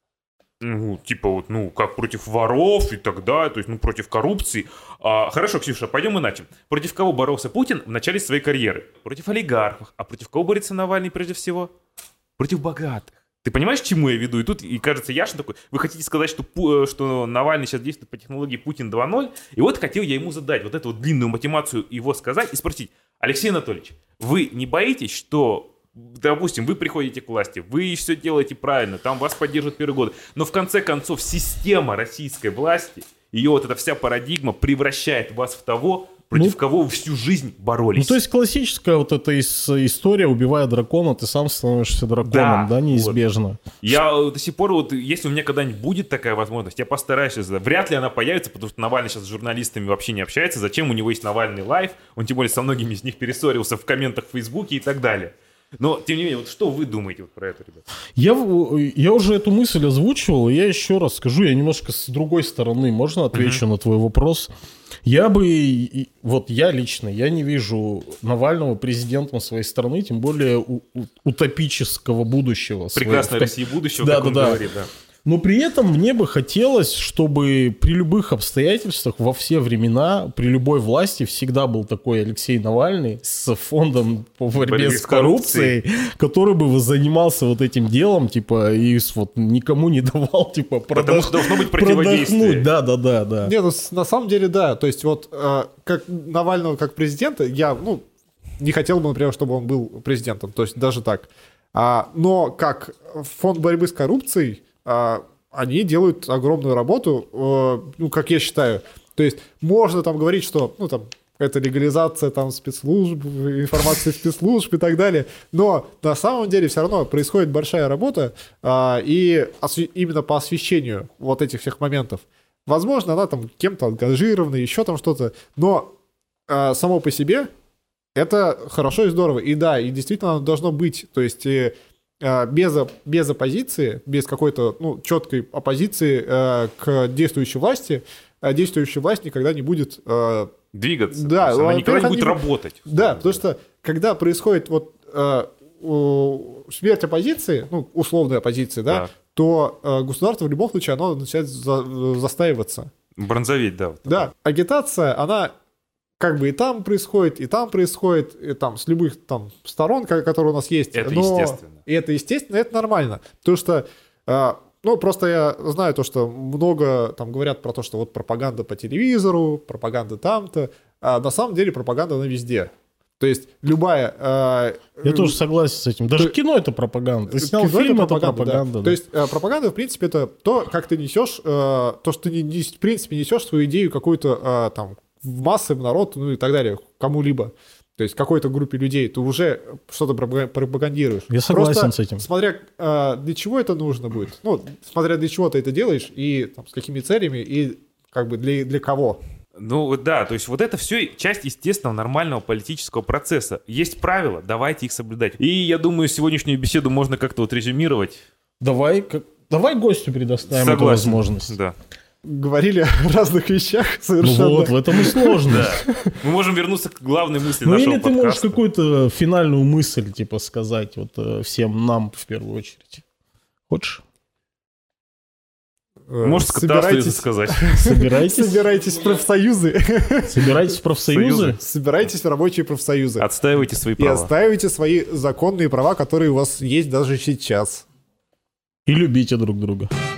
Ну, типа вот, ну, как против воров и так далее, то есть, ну, против коррупции. А, хорошо, Ксюша, пойдем иначе. Против кого боролся Путин в начале своей карьеры? Против олигархов. А против кого борется Навальный прежде всего? Против богатых. Ты понимаешь, к чему я веду? И тут, и кажется, Яшин такой, вы хотите сказать, что, Пу- что Навальный сейчас действует по технологии Путин два ноль? И вот хотел я ему задать вот эту вот длинную мотивацию его сказать и спросить, Алексей Анатольевич, вы не боитесь, что... Допустим, вы приходите к власти, вы все делаете правильно, там вас поддерживают первые годы, но в конце концов система российской власти, ее вот эта вся парадигма превращает вас в того, против Ну, кого вы всю жизнь боролись. Ну, то есть классическая вот эта ис- история «убивая дракона, ты сам становишься драконом», Да, да, неизбежно. вот. Я до сих пор, вот, если у меня когда-нибудь будет такая возможность, я постараюсь. Вряд ли она появится, потому что Навальный сейчас с журналистами вообще не общается. Зачем? У него есть Навальный лайв, он тем более со многими из них перессорился в комментах в Фейсбуке и так далее. Но, тем не менее, вот что вы думаете вот про это, ребят? Я, в- я уже эту мысль озвучивал, и я еще раз скажу, я немножко с другой стороны, можно отвечу на твой вопрос? Я бы, и- вот я лично, я не вижу Навального президентом своей страны, тем более у- у- утопического будущего. Прекрасной своей- России будущего, Да, как да, он да. говорит, да. Но при этом мне бы хотелось, чтобы при любых обстоятельствах, во все времена, при любой власти всегда был такой Алексей Навальный с фондом по борьбе Борьбе с с коррупцией. коррупцией, который бы занимался вот этим делом, типа, и с- вот никому не давал, типа, Потому продох- что должно быть противодействие. продохнуть. Да, да, да, да. Не, ну с- на самом деле, да. То есть вот э, как Навального как президента, я, ну, не хотел бы, например, чтобы он был президентом. То есть даже так. А, но как фонд борьбы с коррупцией, а, они делают огромную работу, э, ну, как я считаю. То есть можно там говорить, что, ну, там, это легализация там спецслужб, информации спецслужб и так далее. Но на самом деле все равно происходит большая работа а, и осве- именно по освещению вот этих всех моментов. Возможно, она там кем-то ангажирована, еще там что-то, но а, само по себе это хорошо и здорово. И да, и действительно оно должно быть. То есть э, а, без, оп- без оппозиции, без какой-то ну, четкой оппозиции э, к действующей власти, а действующая власть никогда не будет... э, Двигаться. Да, То есть она во-первых, никогда не они- будет работать. да, потому что когда происходит вот э, у- смерть оппозиции, ну, условной оппозиции, да, Да. то э, государство в любом случае, оно начинает за- застаиваться. Бронзоветь, да. вот. Да, агитация, она как бы и там происходит, и там происходит, и там с любых там сторон, ко- которые у нас есть. Это но... естественно. И это естественно, это нормально. Потому что, э, ну, просто я знаю то, что много там говорят про то, что вот пропаганда по телевизору, пропаганда там-то, а на самом деле пропаганда, она везде. То есть любая... Э, Я тоже согласен с этим. Даже то- кино это пропаганда. Ты снял кино фильм, это пропаганда, пропаганда. да. да. То есть э, пропаганда, в принципе, это то, как ты несешь, э, то, что ты, не- не- в принципе, несешь свою идею какую-то э, там в массы, в народ, ну и так далее, кому-либо. То есть какой-то группе людей ты уже что-то пропага- пропагандируешь. Я согласен Просто с этим. Смотря э, для чего это нужно будет. Ну, смотря для чего ты это делаешь и там, с какими целями, и как бы для, для кого. Ну вот да, то есть вот это все часть естественного нормального политического процесса. Есть правила, давайте их соблюдать. И я думаю, сегодняшнюю беседу можно как-то вот резюмировать. Давай, как... Давай гостю предоставим эту Согласен. возможность. Да. Говорили о разных вещах Ну совершенно. вот, в этом и сложность. Мы можем вернуться к главной мысли Ну нашего или ты можешь подкаста. какую-то финальную мысль, типа, сказать вот э, всем нам в первую очередь. Хочешь? Э, Может, как-то остается собирайтесь, сказать. Собирайтесь, собирайтесь в профсоюзы. собирайтесь в профсоюзы. Союзы. Собирайтесь в рабочие профсоюзы. Отстаивайте свои И права. оставите свои законные права, которые у вас есть даже сейчас. И любите друг друга.